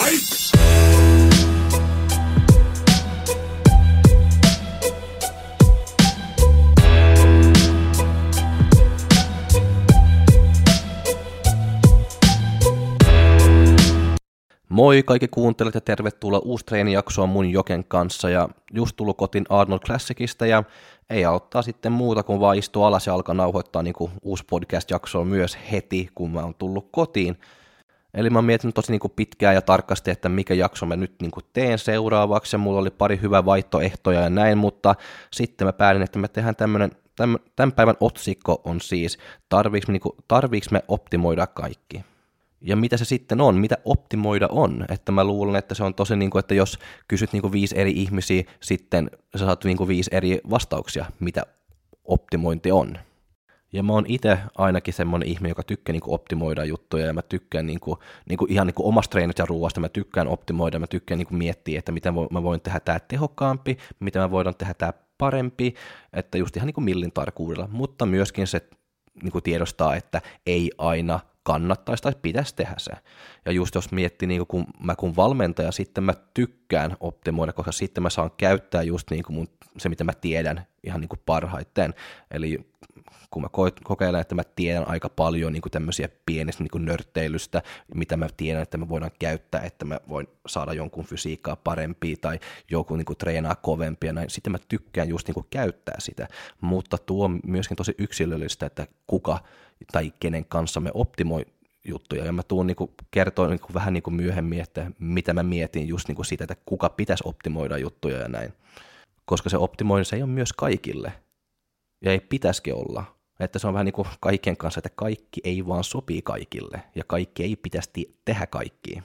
Moi kaikki kuuntelijat ja tervetuloa uusi treenijaksoon mun Joken kanssa ja just tullut kotiin Arnold Classicista ja ei auttaa sitten muuta kuin vaan istua alas ja alkaa nauhoittaa niin kuin uusi podcast-jakso myös heti kun mä oon tullut kotiin. Eli mä oon miettinyt tosi niin kuin pitkään ja tarkasti, että mikä jakso mä nyt niin kuin teen seuraavaksi ja mulla oli pari hyvää vaihtoehtoja ja näin, mutta sitten mä päätin, että me tehdään tämän päivän otsikko on siis tarviiks me optimoida kaikki. Ja mitä se sitten on, mitä optimoida on, että mä luulen, että se on tosi niin kuin, että jos kysyt niin kuin 5 eri ihmisiä, sitten sä saat niin kuin 5 eri vastauksia, mitä optimointi on. Ja mä oon itse ainakin semmoinen ihminen, joka tykkää niin kuin optimoida juttuja, ja mä tykkään niin kuin ihan niin kuin omasta treenistä ja ruoasta, mä tykkään optimoida, mä tykkään niin kuin miettiä, että miten mä voin tehdä tää tehokkaampi, miten mä voidaan tehdä tää parempi, että just ihan niin kuin millin tarkuudella, mutta myöskin se niin kuin tiedostaa, että ei aina kannattaisi tai pitäisi tehdä se. Ja just jos miettii, niin kun valmentaja, sitten mä tykkään optimoida, koska sitten mä saan käyttää just niin kuin se, mitä mä tiedän ihan niin kuin parhaiten. Eli kun mä kokeilen, että mä tiedän aika paljon niin kuin tämmöisiä pienistä niin kuin nörtteilystä, mitä mä tiedän, että me voidaan käyttää, että mä voin saada jonkun fysiikkaa parempia tai joku niin kuin treenaa kovempia, näin. Sitten mä tykkään just niin kuin käyttää sitä, mutta tuo on myöskin tosi yksilöllistä, että kuka tai kenen kanssa me optimoi juttuja, ja mä tuun niin kertoa niin vähän niin myöhemmin, että mitä mä mietin just niin siitä, että kuka pitäisi optimoida juttuja ja näin, koska se optimointi se ei ole myös kaikille, ja ei pitäisikin olla, että se on vähän niin kuin kaikkien kanssa, että kaikki ei vaan sopii kaikille, ja kaikki ei pitäisi tehdä kaikkia.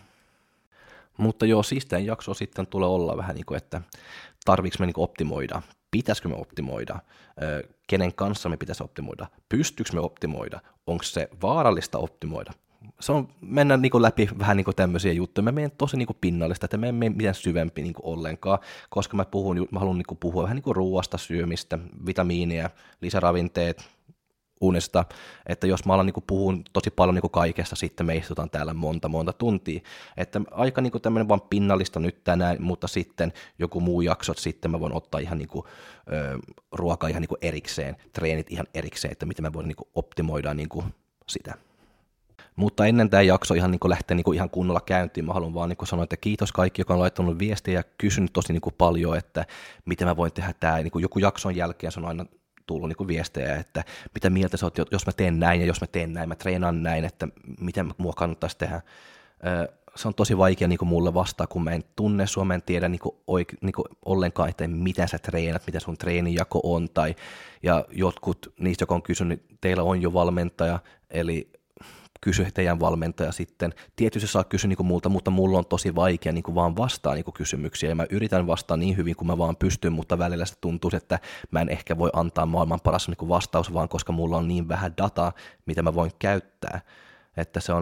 Mutta joo, siis tämän jakso sitten tulee olla vähän niin kuin, että tarviiko me niin optimoida, pitäisikö me optimoida, kenen kanssa me pitäisi optimoida, pystyykö me optimoida, onko se vaarallista optimoida. Mennään niin kuin läpi vähän niin kuin tämmöisiä juttuja, mä menen tosi niin kuin pinnallista, että mä en mene mitään syvempi niin kuin ollenkaan, koska mä haluan niin kuin puhua vähän niin kuin ruoasta, syömistä, vitamiineja, lisäravinteet, unesta, että jos mä alan niin puhun tosi paljon niin kaikesta, sitten me istutaan täällä monta tuntia, että aika niin tämmöinen vaan pinnallista nyt tänään, mutta sitten joku muu jaksot, sitten mä voin ottaa ihan niin kuin, ruokaa ihan niin kuin erikseen, treenit ihan erikseen, että miten mä voin niin optimoida niin sitä. Mutta ennen tämä jakso ihan niin lähtee niin ihan kunnolla käyntiin, mä haluan vaan niin sanoa, että kiitos kaikki, joka on laittanut viestiä ja kysynyt tosi niin paljon, että miten mä voin tehdä tämä, niin joku jakson jälkeen se on aina tullut niin viestejä, että mitä mieltä sä oot, jos mä teen näin ja jos mä teen näin, mä treenaan näin, että miten mua kannattaisi tehdä. Se on tosi vaikea niin mulle vastaa, kun mä en tunne sua, mä en tiedä niin ollenkaan, että miten sä treenat, mitä sun treenijako on, ja jotkut niistä, jotka on kysynyt, teillä on jo valmentaja, eli kysy teidän valmentaja sitten. Tietysti saa kysyä niin multa, mutta mulla on tosi vaikea niin vaan vastaa niin kysymyksiä, ja mä yritän vastaa niin hyvin kuin mä vaan pystyn, mutta välillä se tuntuu, että mä en ehkä voi antaa maailman paras niin vastaus, vaan koska mulla on niin vähän dataa, mitä mä voin käyttää, että se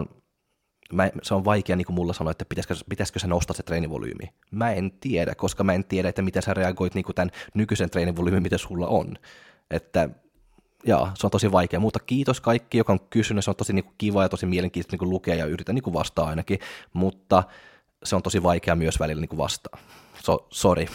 on vaikea niin kuin mulla sanoa, että pitäisikö sä nostaa se treenivolyymi. Mä en tiedä, koska mä en tiedä, että miten sä reagoit niin kuin tämän nykyisen treenivolyymin, mitä sulla on. Että jaa, se on tosi vaikea, mutta kiitos kaikki, joka on kysynyt, se on tosi niinku kiva ja tosi mielenkiintoista niinku lukea ja yritän niinku vastaa ainakin, mutta se on tosi vaikea myös välillä niinku vastaa. Sorry.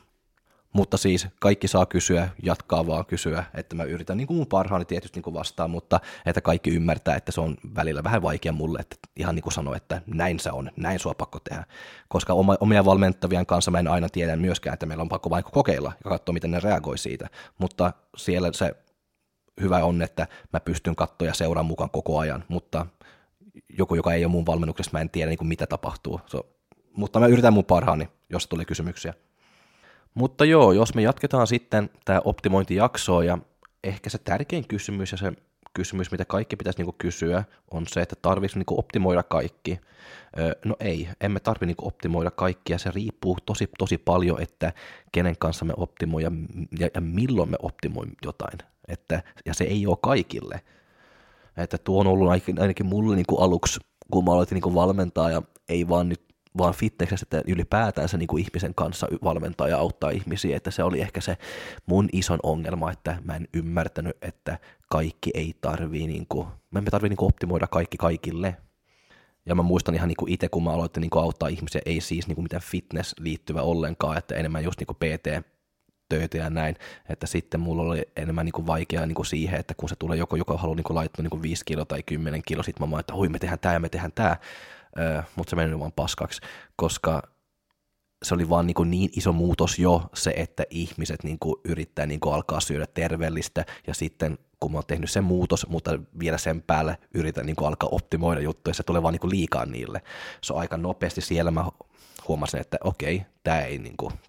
Mutta siis kaikki saa kysyä, jatkaa vaan kysyä, että mä yritän niin kuin mun parhaani tietysti niin kuin vastaa, mutta että kaikki ymmärtää, että se on välillä vähän vaikea mulle, että ihan niin kuin sanoa, että näin se on, näin sua pakko tehdä. Koska omia valmentavien kanssa mä en aina tiedä myöskään, että meillä on pakko vain kokeilla ja katsoa, miten ne reagoi siitä, mutta siellä se hyvä on, että mä pystyn katsoa ja seuraan mukaan koko ajan, mutta joku, joka ei ole mun valmennuksessa, mä en tiedä niin kuin mitä tapahtuu. Mutta mä yritän mun parhaani, jos tulee kysymyksiä. Mutta joo, jos me jatketaan sitten tämä optimointijaksoa, ja ehkä se tärkein kysymys ja se kysymys, mitä kaikki pitäisi niinku kysyä, on se, että tarvitseeko niinku optimoida kaikki. No ei, emme tarvitse niinku optimoida kaikki, ja se riippuu tosi paljon, että kenen kanssa me optimoi ja milloin me optimoimme jotain. Ja se ei ole kaikille. Että tuo on ollut ainakin mulle niinku aluksi, kun mä aloitin niinku valmentaa, ja ei vaan fitnessessä, että ylipäätään niin kuin ihmisen kanssa valmentaa ja auttaa ihmisiä, että se oli ehkä se mun ison ongelma, että mä en ymmärtänyt, että kaikki ei tarvii, me emme tarvii optimoida kaikki kaikille. Ja mä muistan ihan niin kuin itse, kun mä aloitin niin kuin auttaa ihmisiä, ei siis niin kuin mitään fitness liittyvä ollenkaan, että enemmän just niin kuin PT-töitä ja näin, että sitten mulla oli enemmän niin kuin vaikeaa niin kuin siihen, että kun se tulee joku, joka haluaa niin kuin laittaa niin kuin 5 kiloa tai 10 kiloa, sitten mä vaan, että oi me tehdään tää ja me tehdään tää, mutta se meni vaan paskaksi, koska se oli vaan niin iso muutos jo se, että ihmiset niin kuin yrittää niin kuin alkaa syödä terveellistä ja sitten kun mä oon tehnyt sen muutos, mutta vielä sen päälle yritän niin kuin alkaa optimoida juttuja, se tulee vaan niin kuin liikaa niille. Se on aika nopeasti siellä mä huomasin, että okei, tää ei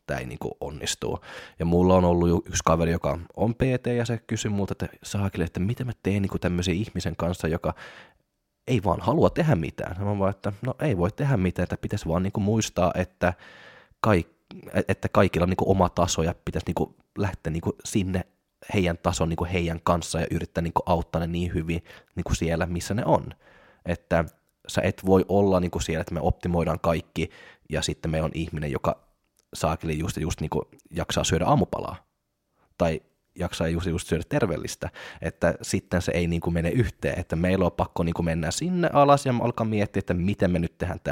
onnistu. Ja mulla on ollut yksi kaveri, joka on PT ja se kysyi multa, että saakeli, että miten mä teen niin kuin tämmöisen ihmisen kanssa, joka ei vaan halua tehdä mitään. Mä vaan, että no ei voi tehdä mitään, että pitäisi vaan niin kuin muistaa, että kaikilla on niin kuin oma taso ja pitäisi niin kuin lähteä niin kuin sinne heidän tason niin kuin heidän kanssa ja yrittää niin kuin auttaa ne niin hyvin niin kuin siellä, missä ne on. Että sä et voi olla niin kuin siellä, että me optimoidaan kaikki ja sitten meillä on ihminen, joka saakeli just niin kuin jaksaa syödä aamupalaa tai jaksaa just syödä terveellistä, että sitten se ei niin kuin mene yhteen, että meillä on pakko niin kuin mennä sinne alas ja alkaa miettiä, että miten me nyt tehdään tämä.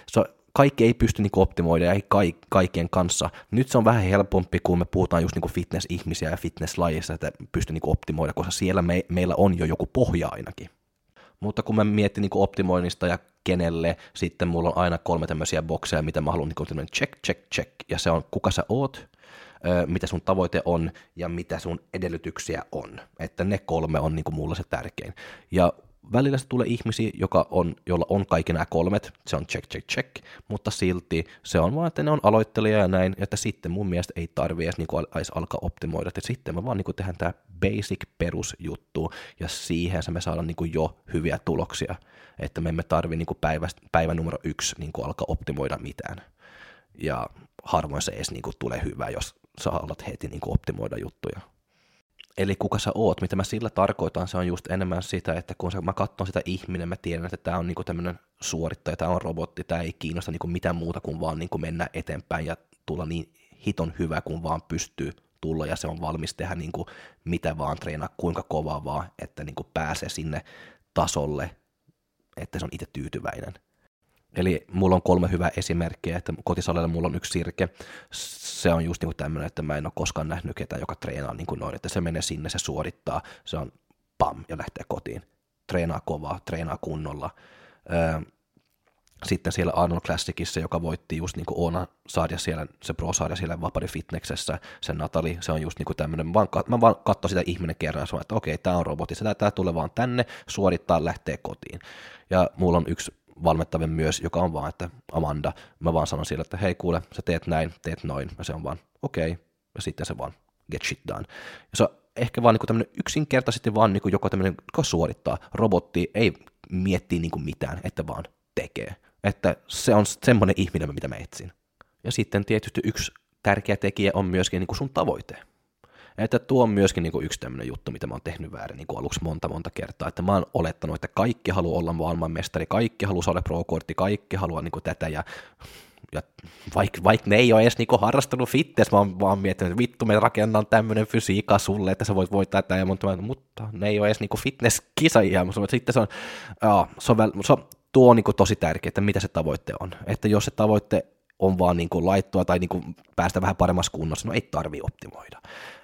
Kaikki ei pysty niin kuin optimoida ja ei kaikkien kanssa. Nyt se on vähän helpompi, kun me puhutaan just niin kuin fitness-ihmisiä ja fitness-lajissa, että pystyy niin kuin optimoida, koska siellä meillä on jo joku pohja ainakin. Mutta kun mä mietin niin kuin optimoinnista ja kenelle, sitten mulla on aina 3 tämmöisiä bokseja, mitä mä haluan niin kuin check, ja se on kuka sä oot, mitä sun tavoite on ja mitä sun edellytyksiä on. Että ne 3 on niin kuin mulla se tärkein. Ja välillä se tulee ihmisiä, jolla on kaikki nämä 3, se on check, mutta silti se on vaan, että ne on aloittelija ja näin, että sitten mun mielestä ei tarvitse edes niinku alkaa optimoida, että sitten me vaan niinku tehdään tämä basic perusjuttu ja siihen me saadaan niinku jo hyviä tuloksia, että me emme tarvitse niinku päivä numero 1 niinku alkaa optimoida mitään. Ja harvoin se edes niinku tulee hyvä, jos sä alat heti niinku optimoida juttuja. Eli kuka sä oot, mitä mä sillä tarkoitan, se on just enemmän sitä, että kun mä katson sitä ihminen, mä tiedän, että tää on niinku tämmönen suorittaja, tää on robotti, tää ei kiinnosta niinku mitään muuta kuin vaan niinku mennä eteenpäin ja tulla niin hiton hyvä kuin vaan pystyy tulla ja se on valmis tehdä niinku mitä vaan, treenaa kuinka kovaa vaan, että niinku pääsee sinne tasolle, että se on itse tyytyväinen. Eli mulla on 3 hyvää esimerkkiä, että kotisalilla mulla on yksi Sirke, se on just niin kuin tämmöinen, että mä en ole koskaan nähnyt ketään, joka treenaa niin kuin noin, että se menee sinne, se suorittaa, se on pam ja lähtee kotiin, treenaa kovaa, treenaa kunnolla. Sitten siellä Arnold Classicissa, joka voitti just niin kuin Oona-sarja siellä, se Pro-sarja siellä Vapari Fitnessessä, se Natali, se on just niin kuin tämmöinen, mä vaan katson sitä ihminen kerran ja sanon, että okei, tää on robotissa, tää tulee vaan tänne, suorittaa, lähtee kotiin. Ja mulla on yksi valmettavia myös, joka on vaan, että Amanda, mä vaan sanon sille, että hei kuule, sä teet näin, teet noin, ja se on vaan okei, ja sitten se vaan get shit done. Ja se on ehkä vaan niin tämmöinen yksinkertaisesti vaan niin joko tämmöinen, joka suorittaa, robotti ei miettii niin mitään, että vaan tekee. Että se on semmoinen ihminen, mitä mä etsin. Ja sitten tietysti yksi tärkeä tekijä on myöskin niin sun tavoite. Että tuo on myöskin niin yksi tämmöinen juttu, mitä mä oon tehnyt väärin niin aluksi monta kertaa, että mä oon olettanut, että kaikki haluaa olla maailmanmestari, kaikki haluaa saada pro-kortti, kaikki haluaa niin tätä, ja vaikka ne ei ole edes niin harrastanut fitness, mä oon vaan miettinyt, että vittu me rakennan tämmöinen fysiikka sulle, että sä voit voittaa tätä, mutta ne ei ole edes niin fitness-kisajia, mutta sitten tuo on niin tosi tärkeää, että mitä se tavoite on, että jos se tavoite on vaan niin kuin laittua tai niin kuin päästä vähän paremmassa kunnossa, no ei tarvii optimoida.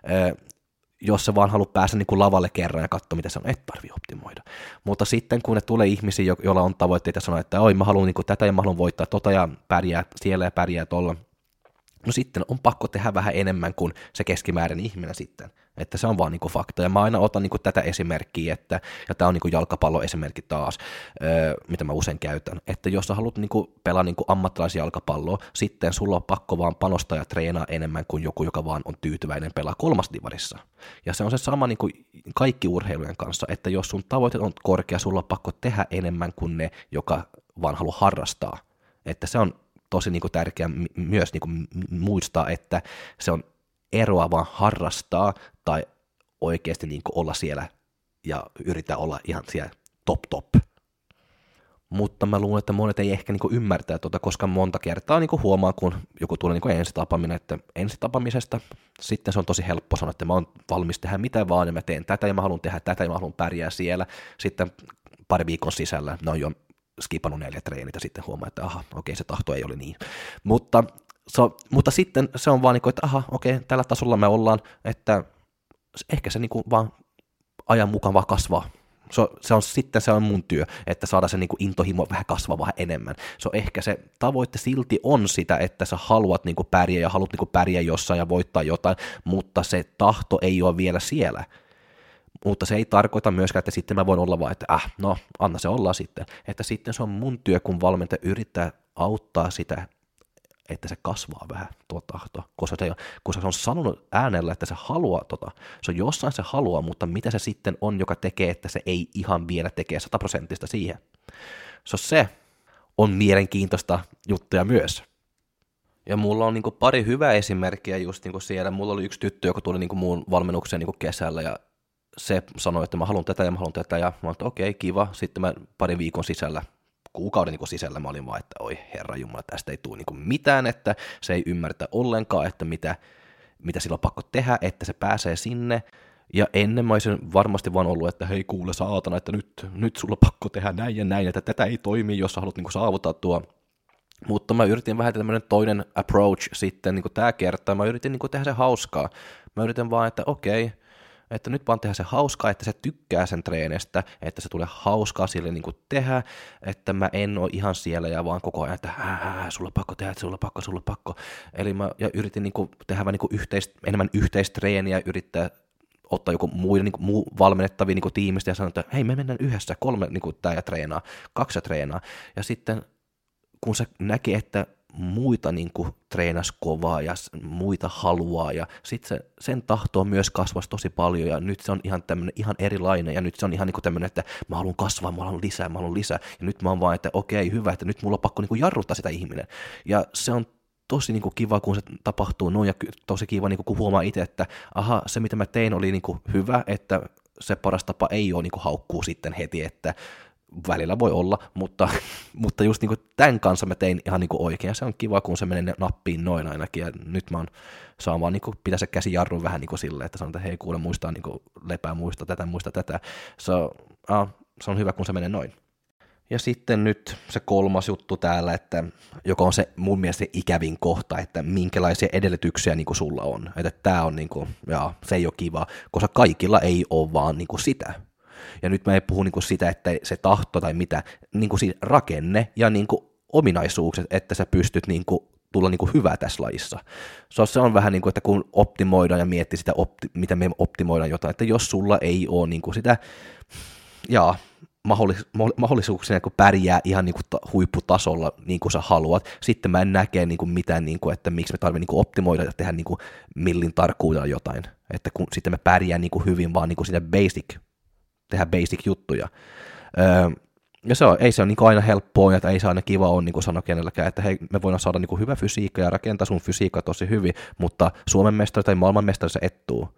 Jos se vaan haluaa päästä niin kuin lavalle kerran ja katsoa, mitä se on, ei tarvii optimoida. Mutta sitten kun ne tulee ihmisiä, joilla on tavoitteita ja sanoo, että oi mä haluan niin kuin tätä ja mä haluan voittaa tota ja pärjää siellä ja pärjää tuolla, no sitten on pakko tehdä vähän enemmän kuin se keskimääräinen ihminen sitten. Että se on vaan niinku fakta. Ja mä aina otan niinku tätä esimerkkiä, ja tämä on niinku jalkapalloesimerkki taas, mitä mä usein käytän. Että jos sä haluat niinku pelaa niinku ammattilaisjalkapalloa, sitten sulla on pakko vaan panostaa ja treenaa enemmän kuin joku, joka vaan on tyytyväinen pelaa 3. divarissa. Ja se on se sama niinku kaikki urheilujen kanssa, että jos sun tavoite on korkea, sulla on pakko tehdä enemmän kuin ne, joka vaan haluaa harrastaa. Että se on tosi niinku tärkeää myös niinku muistaa, että se on eroa vaan harrastaa tai oikeasti niinku olla siellä ja yrittää olla ihan siellä top. Mutta mä luulen, että monet ei ehkä niinku ymmärtää koska monta kertaa niinku huomaa, kun joku tulee niinku ensitapaaminen, että ensitapaamisesta sitten se on tosi helppo sanoa, että mä oon valmis tehdä mitä vaan ja mä teen tätä ja mä haluan tehdä tätä ja mä haluan pärjää siellä. Sitten pari viikon sisällä ne on jo skipannut 4 treenit ja sitten huomaa, että aha, okei, se tahto ei ole niin. Mutta sitten se on vaan niin kuin, että aha, okei, tällä tasolla me ollaan, että ehkä se niin kuin vaan ajan mukaan vaan kasvaa. Se on mun työ, että saada se niin kuin intohimo vähän kasvaa vähän enemmän. Ehkä se tavoite silti on sitä, että sä haluat niin kuin pärjää ja haluat niin kuin pärjää jossain ja voittaa jotain, mutta se tahto ei ole vielä siellä. Mutta se ei tarkoita myöskään, että sitten mä voin olla vaan, että no, anna se olla sitten. Että sitten se on mun työ, kun valmentaja yrittää auttaa sitä, että se kasvaa vähän tuo tahto. Koska se on sanonut äänellä, että se haluaa se on jossain se haluaa, mutta mitä se sitten on, joka tekee, että se ei ihan vielä tekee 100% siihen. Se on mielenkiintoista juttuja myös. Ja mulla on niinku pari hyvää esimerkkiä just niinku siellä. Mulla oli yksi tyttö, joka tuli niinku muun valmennukseen niinku kesällä ja se sanoi, että mä haluan tätä ja mä haluan tätä ja mä olin, että okei, kiva. Sitten mä parin viikon sisällä, kuukauden niin sisällä mä olin vaan, että oi herra jumala, tästä ei tule niin mitään, että se ei ymmärretä ollenkaan, että mitä sillä on pakko tehdä, että se pääsee sinne. Ja ennen mä olisin varmasti vaan ollut, että hei kuule saatana, että nyt sulla on pakko tehdä näin ja näin, että tätä ei toimi, jos sä haluat niin saavuttaa tuo. Mutta mä yritin vähän tämmöinen toinen approach sitten niin tää kertaa, mä yritin niin tehdä se hauskaa. Mä yritin vaan, että okei, että nyt vaan tehdä se hauskaa, että se tykkää sen treenestä, että se tulee hauskaa sille niin kuin tehdä, että mä en ole ihan siellä ja vaan koko ajan, että sulla pakko tehdä, sulla pakko. Eli mä yritin niin kuin tehdä vähän niin kuin enemmän yhteistreeniä, yrittää ottaa joku muiden niin valmennettavia niin tiimistä ja sanoa, että hei me mennään yhdessä 3 niin tää ja treenaa, 2 treenaa. Ja sitten kun se näki, että muita niin kuin treenasi kovaa ja muita haluaa ja sitten sen tahto myös kasvasi tosi paljon ja nyt se on ihan tämmöinen ihan erilainen ja nyt se on ihan niin kuin tämmöinen, että mä haluan kasvaa, mä haluan lisää ja nyt mä oon vaan, että okei, hyvä, että nyt mulla on pakko niin kuin jarruttaa sitä ihminen ja se on tosi niin kuin kiva, kun se tapahtuu noin ja tosi kiva, niin kuin, kun huomaa itse, että aha, se mitä mä tein oli niin kuin hyvä, että se paras tapa ei ole niin kuin haukkuu sitten heti, että välillä voi olla, mutta just niin kuin tämän kanssa mä tein ihan niin kuin oikein, ja se on kiva, kun se menee nappiin noin ainakin, ja nyt mä saan vaan niin kuin pitää se käsi jarrun vähän niin kuin silleen, että sanon, että hei kuule, muistaa niin kuin lepää, muista tätä, se on hyvä, kun se menee noin. Ja sitten nyt se 3. juttu täällä, että joka on se mun mielestä se ikävin kohta, että minkälaisia edellytyksiä niin kuin sulla on, että tää on niin kuin, se ei ole kiva, koska kaikilla ei ole vaan niin kuin sitä. Ja nyt mä en puhu niinku sitä, että se tahto tai mitä, niinku siinä rakenne ja niinku ominaisuukset, että sä pystyt niinku tulla niinku hyvää tässä lajissa. Se on vähän niin kuin, että kun optimoidaan ja miettii sitä, miten me optimoidaan jotain, että jos sulla ei ole niinku sitä mahdollisuuksia niin pärjää ihan niin kuin huipputasolla niin kuin sä haluat, sitten mä en näke niin kuin mitään, niin kuin, että miksi me tarvitsemme niin kuin optimoida ja tehdä niin kuin millin tarkkuudella jotain, että kun sitten me pärjää niin kuin hyvin vaan niin kuin sitä tehdä basic-juttuja. Ja ei se ole niin aina helppoa, ja ei se aina kiva ole niin sanoa kenelläkään, että hei, me voidaan saada niin hyvä fysiikka ja rakentaa sun fysiikkaa tosi hyvin, mutta Suomen mestari tai maailmanmestari se ettuu.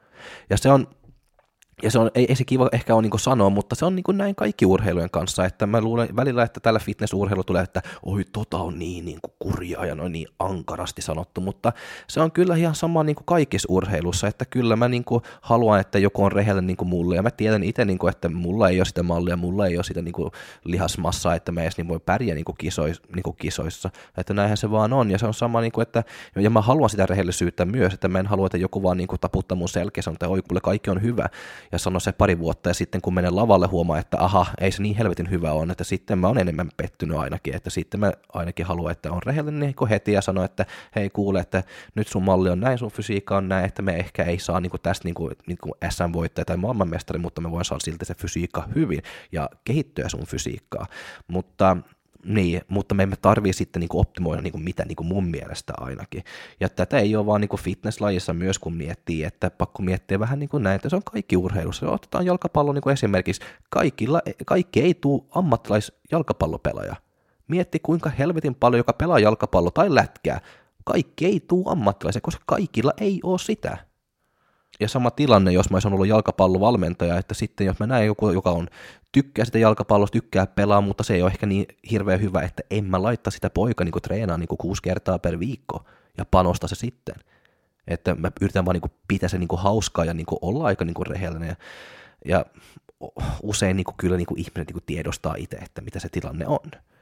Ja se on, ei se kiva ehkä ole niin sanoa, mutta se on niin näin kaikki urheilujen kanssa, että mä luulen välillä, että tällä fitnessurheilu tulee, että oi on niin kurjaa ja noin niin ankarasti sanottu, mutta se on kyllä ihan sama niin kuin kaikissa urheilussa, että kyllä mä niin haluan, että joku on rehellinen niin mulle, ja mä tiedän itse, niin kuin, että mulla ei ole sitä mallia, mulla ei ole sitä niin lihasmassaa, että mä edes niin voi pärjää niin kisoissa, että näinhän se vaan on, ja se on sama, niin kuin, että, ja mä haluan sitä rehellisyyttä myös, että mä en halua, että joku vaan niin taputtaa mun selkeä, sanoo, että oi, kuule, kaikki on hyvä, ja sano se 2 vuotta, ja sitten kun menen lavalle huomaa, että aha, ei se niin helvetin hyvä on, että sitten mä oon enemmän pettynyt ainakin, että sitten mä ainakin haluan, että on rehellinen niin heti ja sano, että hei kuule, että nyt sun malli on näin, sun fysiikka on näin, että me ehkä ei saa niin kuin tästä niin kuin SM-voittaja tai maailmanmestari, mutta me voin saada silti se fysiikka hyvin ja kehittyä sun fysiikkaa, mutta me emme tarvii sitten niin kuin optimoida niin kuin mitä niin kuin mun mielestä ainakin. Ja tätä ei ole vaan niin kuin fitnesslajissa myös, kun miettii, että pakko miettiä vähän niin kuin näin, että se on kaikki urheilussa. Otetaan jalkapallo niin kuin esimerkiksi. Kaikki ei tule ammattilaisjalkapallopelaaja. Mietti kuinka helvetin paljon, joka pelaa jalkapallo tai lätkää. Kaikki ei tule ammattilaisia, koska kaikilla ei ole sitä. Ja sama tilanne, jos mä olisin ollut jalkapallovalmentaja, että sitten jos mä näen joku, joka tykkää sitä jalkapallosta, tykkää pelaa, mutta se ei ole ehkä niin hirveän hyvä, että en mä laittaa sitä poika niin treenaa niin 6 kertaa per viikko ja panosta se sitten. Että mä yritän vaan niin pitää se niin hauskaa ja niin olla aika niin rehellinen. Ja usein niin kyllä niin ihmiset niin tiedostaa itse, että mitä se tilanne on.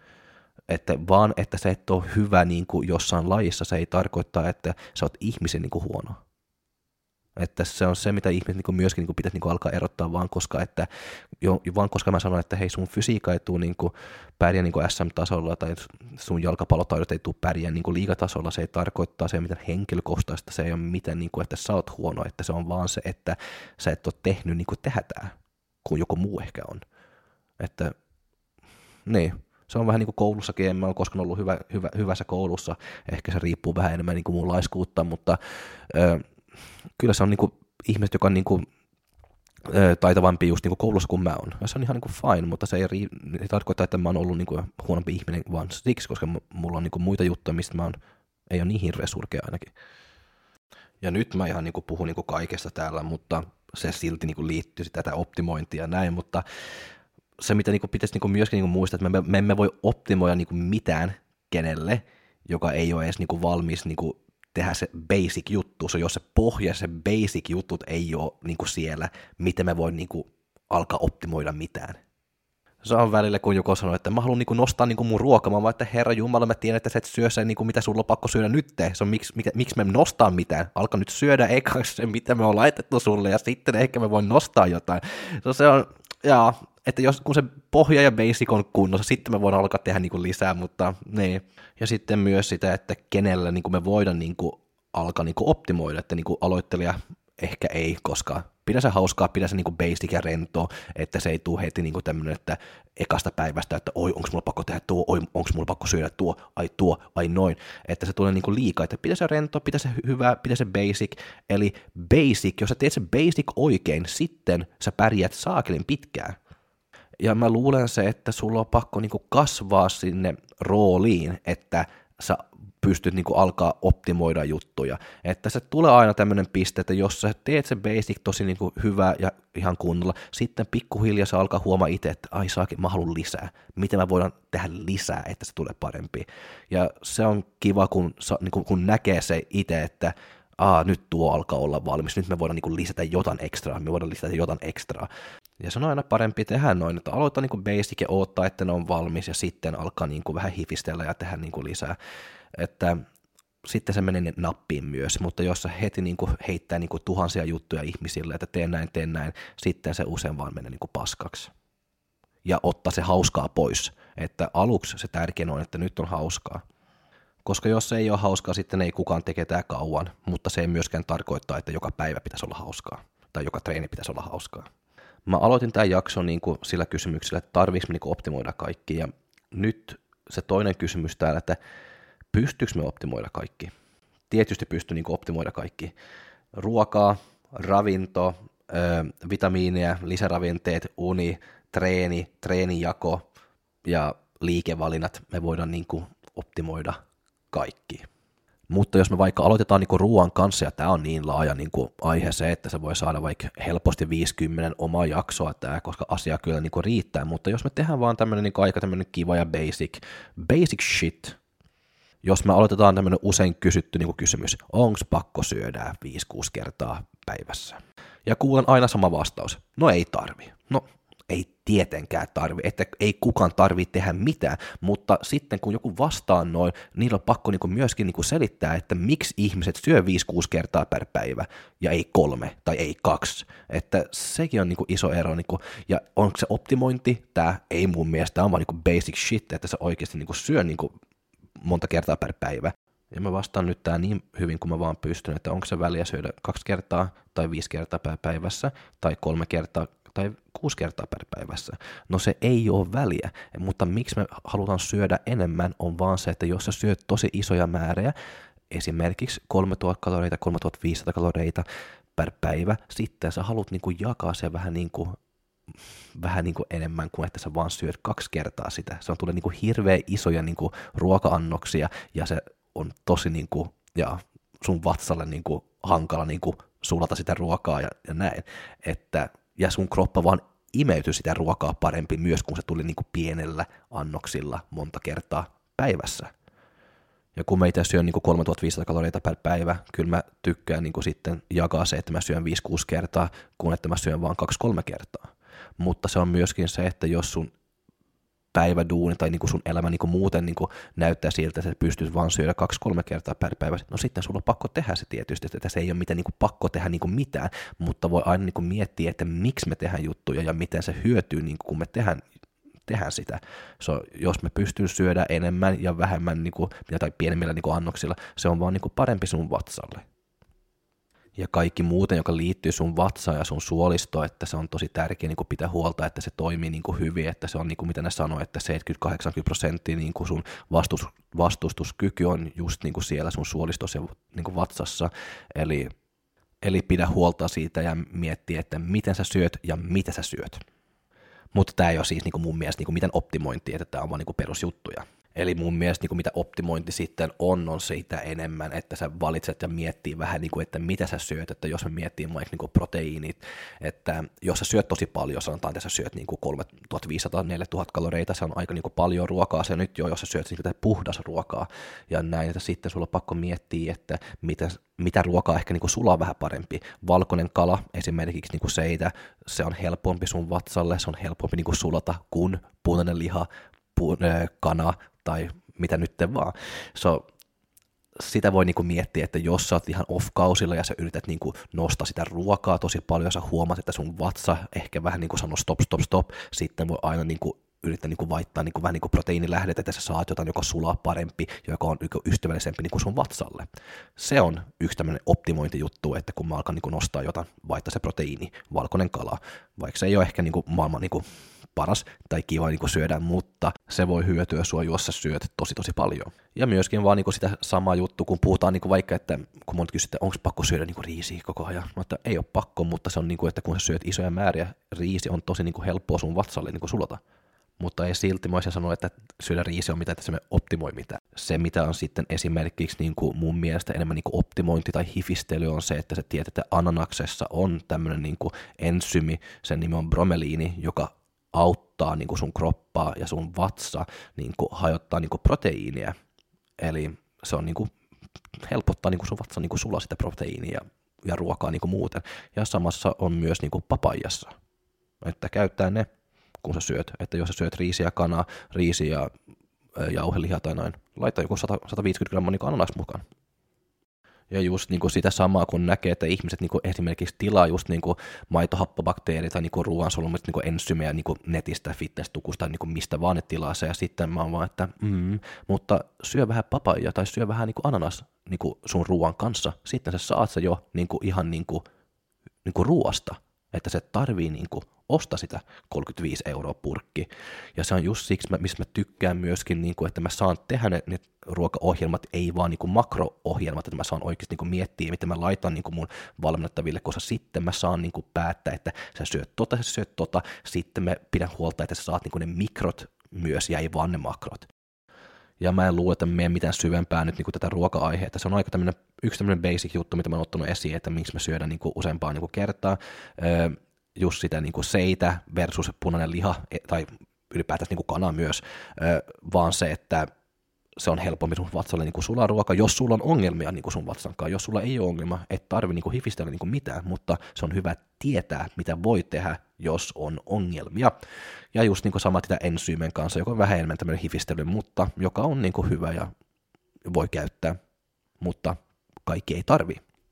Että vaan, että sä et ole hyvä niin kuin jossain lajissa, se ei tarkoita, että sä oot ihmisen niin kuin huono. Että se on se, mitä ihmiset niin myöskin niin pitäisi niin alkaa erottaa, vaan koska mä sanon, että hei, sun fysiikka ei tule niin pärjää niin SM-tasolla tai sun jalkapallotaidot ei tule pärjää niin liigatasolla, se ei tarkoittaa se, miten henkilökohtaista, se ei ole mitään, niin kuin, että sä oot huono, että se on vaan se, että sä et ole tehnyt niin kuin tehdään, kuin joku muu ehkä on. Että niin. Se on vähän niin kuin koulussakin, en mä ole koskaan ollut hyvässä koulussa, ehkä se riippuu vähän enemmän niin kuin mun laiskuutta, mutta kyllä se on niin kuin ihmiset, joka on niin kuin, taitavampi just niin kuin koulussa kuin mä oon. Ja se on ihan niin kuin fine, mutta se ei tarkoita, että mä oon ollut niin kuin huonompi ihminen vaan siksi, koska mulla on niin kuin muita juttuja, mistä ei ole niin hirveä surkea ainakin. Ja nyt mä ihan niin kuin puhun niin kuin kaikesta täällä, mutta se silti niin kuin liittyy tätä optimointia ja näin, mutta se, mitä niin kuin pitäisi niin kuin myöskin niin kuin muistaa, että me emme voi optimoida niin kuin mitään kenelle, joka ei ole edes niin kuin valmis niin kuin tehdä se basic juttu. Se jos se pohja, se basic jutut ei ole niin kuin siellä, miten me voi niin kuin alkaa optimoida mitään. Se on välillä, kun joku sanoo, että mä haluan niin kuin nostaa niin kuin mun ruokaa. Mä vaan, että herra jumala, mä tiedän, että sä et syö sen, niin kuin mitä sulla on pakko syödä nyt. Se on miksi me nostaa mitään. Alka nyt syödä ekaksi se, mitä me on laitettu sulle, ja sitten ehkä me voin nostaa jotain. Se on, että kun se pohja ja basic on kunnossa, sitten me voidaan alkaa tehdä niin kuin lisää, mutta niin. Ja sitten myös sitä, että kenellä niin kuin me voidaan niin kuin alkaa niin kuin optimoida, että niin kuin aloittelija ehkä ei, koska pidä se hauskaa, pidä se niin kuin basic ja rento, että se ei tule heti niin kuin tämmöinen, että ekasta päivästä, että oi, onko mulla pakko tehdä tuo, oi, onko mulla pakko syödä tuo, ai noin, että se tulee niin kuin liikaa, että pidä se rento, pidä se hyvä, pidä se basic, eli basic, jos sä teet se basic oikein, sitten sä pärjät saakelin pitkään. Ja mä luulen se, että sulla on pakko niinku kasvaa sinne rooliin, että sä pystyt niinku alkaa optimoida juttuja. Että se tulee aina tämmöinen piste, että jos sä teet se basic tosi niinku hyvä ja ihan kunnolla, sitten pikkuhiljaa sä alkaa huomaa itse, että ai saakin, mä haluan lisää. Miten mä voidaan tehdä lisää, että se tulee parempi. Ja se on kiva, kun näkee se itse, että nyt tuo alkaa olla valmis, nyt me voidaan niinku lisätä jotain ekstraa, Ja se on aina parempi tehdä noin, että aloittaa niinku basic ja odottaa, että ne on valmis, ja sitten alkaa niinku vähän hifistellä ja tehdä niinku lisää. Että sitten se menee nappiin myös, mutta jos sä heti niinku heittää niinku tuhansia juttuja ihmisille, että teen näin, sitten se usein vaan menee niinku paskaksi. Ja ottaa se hauskaa pois, että aluksi se tärkein on, että nyt on hauskaa. Koska jos se ei ole hauskaa, sitten ei kukaan tee ketään kauan, mutta se ei myöskään tarkoittaa, että joka päivä pitäisi olla hauskaa, tai joka treeni pitäisi olla hauskaa. Mä aloitin tämän jakson niin kuin sillä kysymyksellä, että tarviiko me niin kuin optimoida kaikki, ja nyt se toinen kysymys täällä, että pystyykö me optimoida kaikki? Tietysti pystyy niin kuin optimoida kaikki. Ruokaa, ravinto, vitamiineja, lisäravinteet, uni, treenijako ja liikevalinnat, me voidaan niin kuin optimoida kaikki. Mutta jos me vaikka aloitetaan niinku ruoan kanssa, ja tämä on niin laaja niinku aihe se, että se voi saada vaikka helposti 50 omaa jaksoa tää, koska asia kyllä niinku riittää, mutta jos me tehdään vaan tämmöinen niinku aika tämmöinen kiva ja basic shit, jos me aloitetaan tämmöinen usein kysytty niinku kysymys, onko pakko syödä 5-6 kertaa päivässä? Ja kuulen aina sama vastaus, no ei tarvi. No ei tietenkään tarvi, että ei kukaan tarvitse tehdä mitään, mutta sitten kun joku vastaa noin, niillä on pakko niinku myöskin niinku selittää, että miksi ihmiset syö 5-6 kertaa per päivä ja ei 3 tai ei 2, että sekin on niinku iso ero, niinku, ja onko se optimointi, tämä ei mun mielestä, tämä on vaan niinku basic shit, että se oikeasti niinku syö niinku monta kertaa per päivä. Ja mä vastaan nyt tää niin hyvin kuin mä vaan pystyn, että onko se väliä syödä 2 kertaa tai 5 kertaa per päivässä tai 3 kertaa tai 6 kertaa per päivässä. No se ei ole väliä, mutta miksi me halutaan syödä enemmän on vaan se, että jos sä syöt tosi isoja määriä, esimerkiksi 3000 kaloreita, 3500 kaloreita per päivä, sitten sä haluat niinku jakaa se vähän niin kuin enemmän kuin että sä vaan syöt 2 kertaa sitä. Se on tulee niinku hirveän isoja niinku ruoka-annoksia ja se on tosi niinku, ja sun vatsalle niinku hankala niinku sulata sitä ruokaa ja näin, että ja sun kroppa vaan imeytyi sitä ruokaa parempi myös, kun se tuli niinku pienellä annoksilla monta kertaa päivässä. Ja kun mä itse syön niinku 3500 kaloreita per päivä, kyllä mä tykkään niinku sitten jakaa se, että mä syön 5-6 kertaa, kun että mä syön vaan 2-3 kertaa. Mutta se on myöskin se, että jos sun päiväduuni tai niin kuin sun elämä niin kuin muuten niin kuin näyttää siltä, että sä pystyt vaan syödä 2-3 kertaa per päivä, no sitten sulla on pakko tehdä se tietysti, että se ei ole mitään niin kuin pakko tehdä niin kuin mitään, mutta voi aina niin kuin miettiä, että miksi me tehdään juttuja ja miten se hyötyy, niin kuin kun me tehdään sitä. Jos me pystyn syödä enemmän ja vähemmän niin kuin, tai pienemmillä niin kuin annoksilla, se on vaan niin kuin parempi sun vatsalle. Ja kaikki muuten, joka liittyy sun vatsaan ja sun suolistoon, että se on tosi tärkeää niin kuin pitää huolta, että se toimii niin kuin hyvin, että se on niin kuin mitä ne sanoo, että 70-80% niin kuin sun vastustuskyky on just niin kuin siellä sun suolistossa ja niin kuin vatsassa, eli pidä huolta siitä ja miettiä, että miten sä syöt ja mitä sä syöt. Mutta tämä ei ole siis niin kuin mun mielestä niin kuin mitään optimointia, että tämä on vaan niin kuin perusjuttuja. Eli mun mielestä niin kuin mitä optimointi sitten on sitä enemmän, että sä valitset ja miettii vähän, niin kuin, että mitä sä syöt, että jos me miettii vaikka niin kuin proteiinit, että jos sä syöt tosi paljon, sanotaan, että sä syöt niin kuin 3500-4000 kaloreita, se on aika niin kuin paljon ruokaa, se nyt jo, jos sä syöt niin kuin puhdas ruokaa, ja näin, että sitten sulla on pakko miettiä, että mitä ruokaa ehkä niin kuin sulaa vähän parempi. Valkoinen kala, esimerkiksi niin kuin seitä, se on helpompi sun vatsalle, se on helpompi niin kuin sulata kuin punainen liha, kana tai mitä nyt vaan. Sitä voi niinku miettiä, että jos sä oot ihan off-kausilla ja sä yrität niinku nostaa sitä ruokaa tosi paljon, sä huomaat, että sun vatsa ehkä vähän niinku sanoo stop, sitten voi aina niinku yrittää niinku vaihtaa niinku vähän niinku proteiinilähdet, että sä saat jotain, joka sulaa parempi, joka on ystävällisempi niinku sun vatsalle. Se on yksi tämmöinen optimointijuttu, että kun mä alkan niinku nostaa jotain, vaihtaa se proteiini, valkoinen kala, vaikka se ei ole ehkä niinku maailman niinku paras tai kiva niin syödä, mutta se voi hyötyä sua, jos sä syöt tosi paljon. Ja myöskin vaan niin sitä samaa juttu, kun puhutaan niin vaikka, että kun monta kysyy, että onko pakko syödä niin riisiä koko ajan, mutta ei ole pakko, mutta se on niin kuin, että kun sä syöt isoja määriä, riisi on tosi niin helppoa sun vatsalle niin sulata. Mutta ei silti mä olisin sanoa, että syödä riisi on mitään, että se me optimoi mitään. Se, mitä on sitten esimerkiksi niin kuin mun mielestä enemmän niin kuin optimointi tai hifistely on se, että sä tiedät, että ananaksessa on tämmöinen niin kuin ensymi, sen nimi on bromeliini, joka auttaa niin kuin sun kroppaa ja sun vatsa niin kuin hajottaa niin kuin proteiinia. Eli se on niin kuin helpottaa niin kuin sun vatsa niin kuin sulaa sitä proteiinia ja ruokaa niin kuin muuten. Ja samassa on myös niin kuin papaijassa, että käyttää ne, kun sä syöt. Että jos sä syöt riisiä, kanaa, riisiä ja jauhelihaa tai näin, laita joku 150 grammaa niin kuin ananas mukaan. Ja just niin kuin sitä samaa, kun näkee, että ihmiset niin kuin esimerkiksi tilaa just niin kuin maitohappobakteerit tai niin kuin ruoansolumit, niin kuin ensymejä niin kuin netistä, fitness-tukusta, niin kuin mistä vaan ne tilaa se. Ja sitten mä oon vaan, että mutta syö vähän papaijaa tai syö vähän niin kuin ananas niin kuin sun ruoan kanssa. Sitten sä saat se jo niin kuin ihan niin kuin ruoasta, että se tarvii niin kuin osta sitä 35 € purkki. Ja se on just siksi, missä mä tykkään myöskin, niin kuin, että mä saan tehdä ne ruokaohjelmat, ei vaan niin kuin makro-ohjelmat, että mä saan oikeasti niin kuin miettiä, miten mä laitan niin kuin mun valmennettaville, koska sitten mä saan niin kuin päättää, että sä syöt tota, sitten mä pidän huolta, että sä saat niin kuin ne mikrot myös ja ei vaan ne makrot. Ja mä en luule, että mä menen mitään syvempää nyt niin kuin tätä ruoka-aiheetta. Se on aika yksi tämmöinen basic juttu, mitä mä oon ottanut esiin, että miksi mä syödän niin kuin useampaa niin kuin kertaa. Just sitä niin kuin seitä versus punainen liha, tai ylipäätään niin kuin kana myös, vaan se, että se on helpompi sun vatsalle niin kuin sulaa ruoka, jos sulla on ongelmia niin kuin sun vatsankaan. Jos sulla ei ole ongelma, et tarvi niin kuin hifistellä niin kuin mitään, mutta se on hyvä tietää, mitä voi tehdä, jos on ongelmia. Ja just niin kuin sama sitä ensyymen kanssa, joka on vähän enemmän tämmöinen hifistely, mutta joka on niin kuin hyvä ja voi käyttää, mutta kaikki ei tarvi.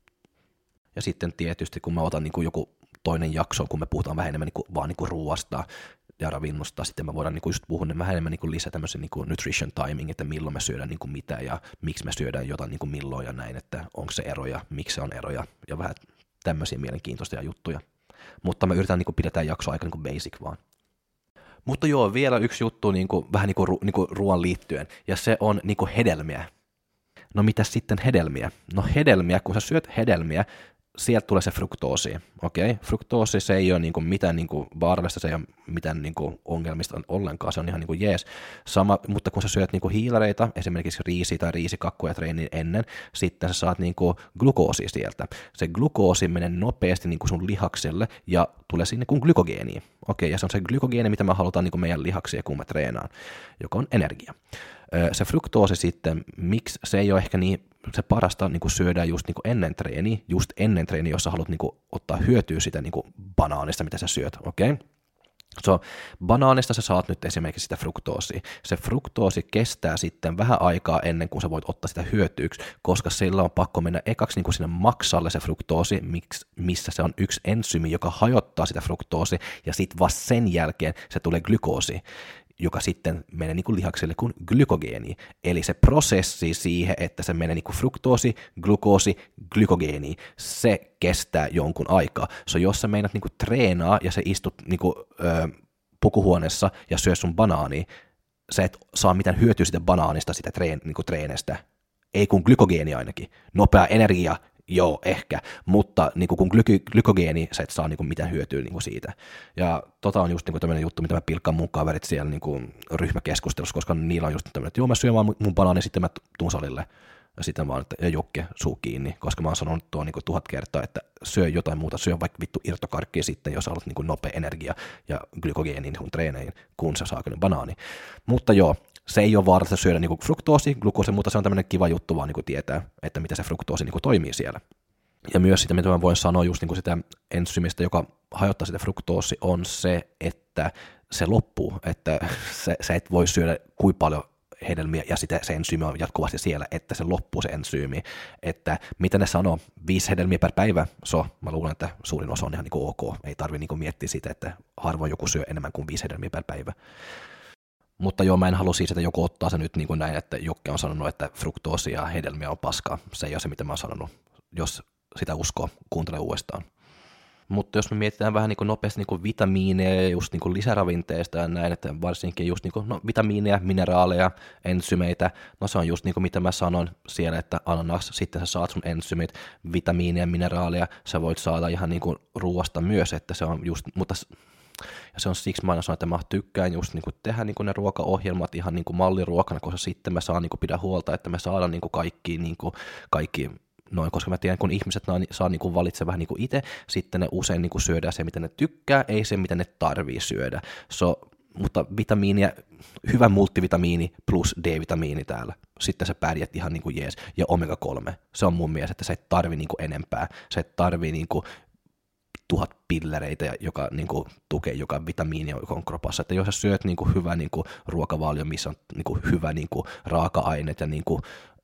Ja sitten tietysti, kun mä otan niin kuin joku toinen jakso, kun me puhutaan vähän enemmän vaan ruoasta ja ravinnosta, sitten me voidaan just puhua vähän enemmän lisää tämmöisen nutrition timing, että milloin me syödään mitä ja miksi me syödään jotain milloin ja näin, että onko se eroja, miksi se on eroja ja vähän tämmöisiä mielenkiintoisia juttuja. Mutta me yritän pidetään jakso aika basic vaan. Mutta joo, vielä yksi juttu vähän ruoan liittyen, ja se on hedelmiä. No mitä sitten hedelmiä? No hedelmiä, kun sä syöt hedelmiä, sieltä tulee se fruktoosi, okei? Fruktoosi, se ei ole mitään vaarallista, se ei ole mitään ongelmista ollenkaan, se on ihan jees. Sama, mutta kun sä syöt hiilareita, esimerkiksi riisiä tai riisikakkuja treenin ennen, sitten sä saat glukoosia sieltä. Se glukoosi menee nopeasti sun lihakselle ja tulee sinne kuin glykogeenia. Okei, ja se on se glykogeeni, mitä me halutaan meidän lihaksia, kun me treenaan, joka on energia. Se fruktoosi sitten, miksi se ei ole ehkä niin se parasta syödään just ennen treeniä, jos sä haluat ottaa hyötyä sitä banaanista, mitä sä syöt, okei? Banaanista sä saat nyt esimerkiksi sitä fruktoosia. Se fruktoosi kestää sitten vähän aikaa ennen kuin sä voit ottaa sitä hyötyksi, koska sillä on pakko mennä ekaksi niin kuin sinne maksalle se fruktoosi, missä se on yksi ensyymi, joka hajottaa sitä fruktoosi, ja sitten vasta sen jälkeen se tulee glykoosi, joka sitten menee niin kuin lihakselle kuin glykogeeni. Eli se prosessi siihen, että se menee niin kuin fruktoosi, glukoosi, glykogeeni, se kestää jonkun aikaa. Jos sä meinat niin kuin treenaa ja sä istut niin kuin, pukuhuoneessa ja syö sun banaania, sä et saa mitään hyötyä siitä banaanista, sitä niin kuin treenestä. Ei kun glykogeeni ainakin. Nopea energia, joo, ehkä, mutta niin kun glykogeeni, sä et saa niin mitään hyötyä niin siitä. Ja on just niin tämmöinen juttu, mitä mä pilkkaan mun kaverit siellä niin ryhmäkeskustelussa, koska niillä on just tämmöinen, että joo, mä syön vaan mun banaani, sitten mä tuun salille. Ja sitten vaan, että Jokke, suu kiinni, koska mä oon sanonut tuon niin 1000 kertaa, että syö jotain muuta, syö vaikka vittu irtokarkkia sitten, jos haluat niin nopea energia ja glykogeeni niin treeneihin, kun sä saa kyllä banaani. Mutta joo, se ei ole vaarallista syödä niin fruktoosi, glukoosi, mutta se on tämmöinen kiva juttu vaan niin tietää, että mitä se fruktoosi niin toimii siellä. Ja myös sitä, mitä mä voin sanoa just niin sitä ensyymistä, joka hajottaa sitä fruktoosi, on se, että se loppuu, että sä et voi syödä kuin paljon hedelmiä, ja se ensyymi on jatkuvasti siellä, että se loppuu se ensyymi, että mitä ne sanoo, 5 hedelmiä per päivä, mä luulen, että suurin osa on ihan niin kuin ok, ei tarvitse niin miettiä sitä, että harvoin joku syö enemmän kuin 5 hedelmiä per päivä. Mutta joo, mä en halua siis, että joku ottaa se nyt niin kuin näin, että Jokke on sanonut, että fruktoosi ja hedelmiä on paskaa, se ei ole se, mitä mä oon sanonut, jos sitä uskoo, kuuntele uudestaan. Mutta jos me mietitään vähän niin kuin nopeasti niin kuin vitamiineja ja just niin kuin lisäravinteista ja näin, että varsinkin just niin kuin, vitamiineja, mineraaleja, ensymeitä, se on just niin kuin mitä mä sanon siellä, että ananas, sitten sä saat sun ensymit, vitamiineja, mineraaleja, sä voit saada ihan niin kuin ruoasta myös, että se on just, mutta ja se on siksi mä aina sanon, että mä tykkään just niin kuin tehdä niin kuin ne ruokaohjelmat ihan niin kuin malliruokana, koska sitten mä saan niin kuin pidä huolta, että me saadaan niin kuin kaikki noin, koska mä tiedän, kun ihmiset saa niinku valitse vähän niinku itse, sitten ne usein niinku syödään se, mitä ne tykkää, ei se, mitä ne tarvii syödä. Mutta vitamiinia, hyvä multivitamiini plus D-vitamiini täällä. Sitten sä pärjät ihan niinku jees. Ja omega-3, se on mun mielestä, että sä et tarvi niinku enempää. Sä et tarvii niinku 1000 pillereitä, joka niinku tukee joka vitamiini, joka on kropassa. Että jos sä syöt niinku hyvä niinku ruokavalio, missä on niinku hyvä niinku raaka-aineet ja niinku,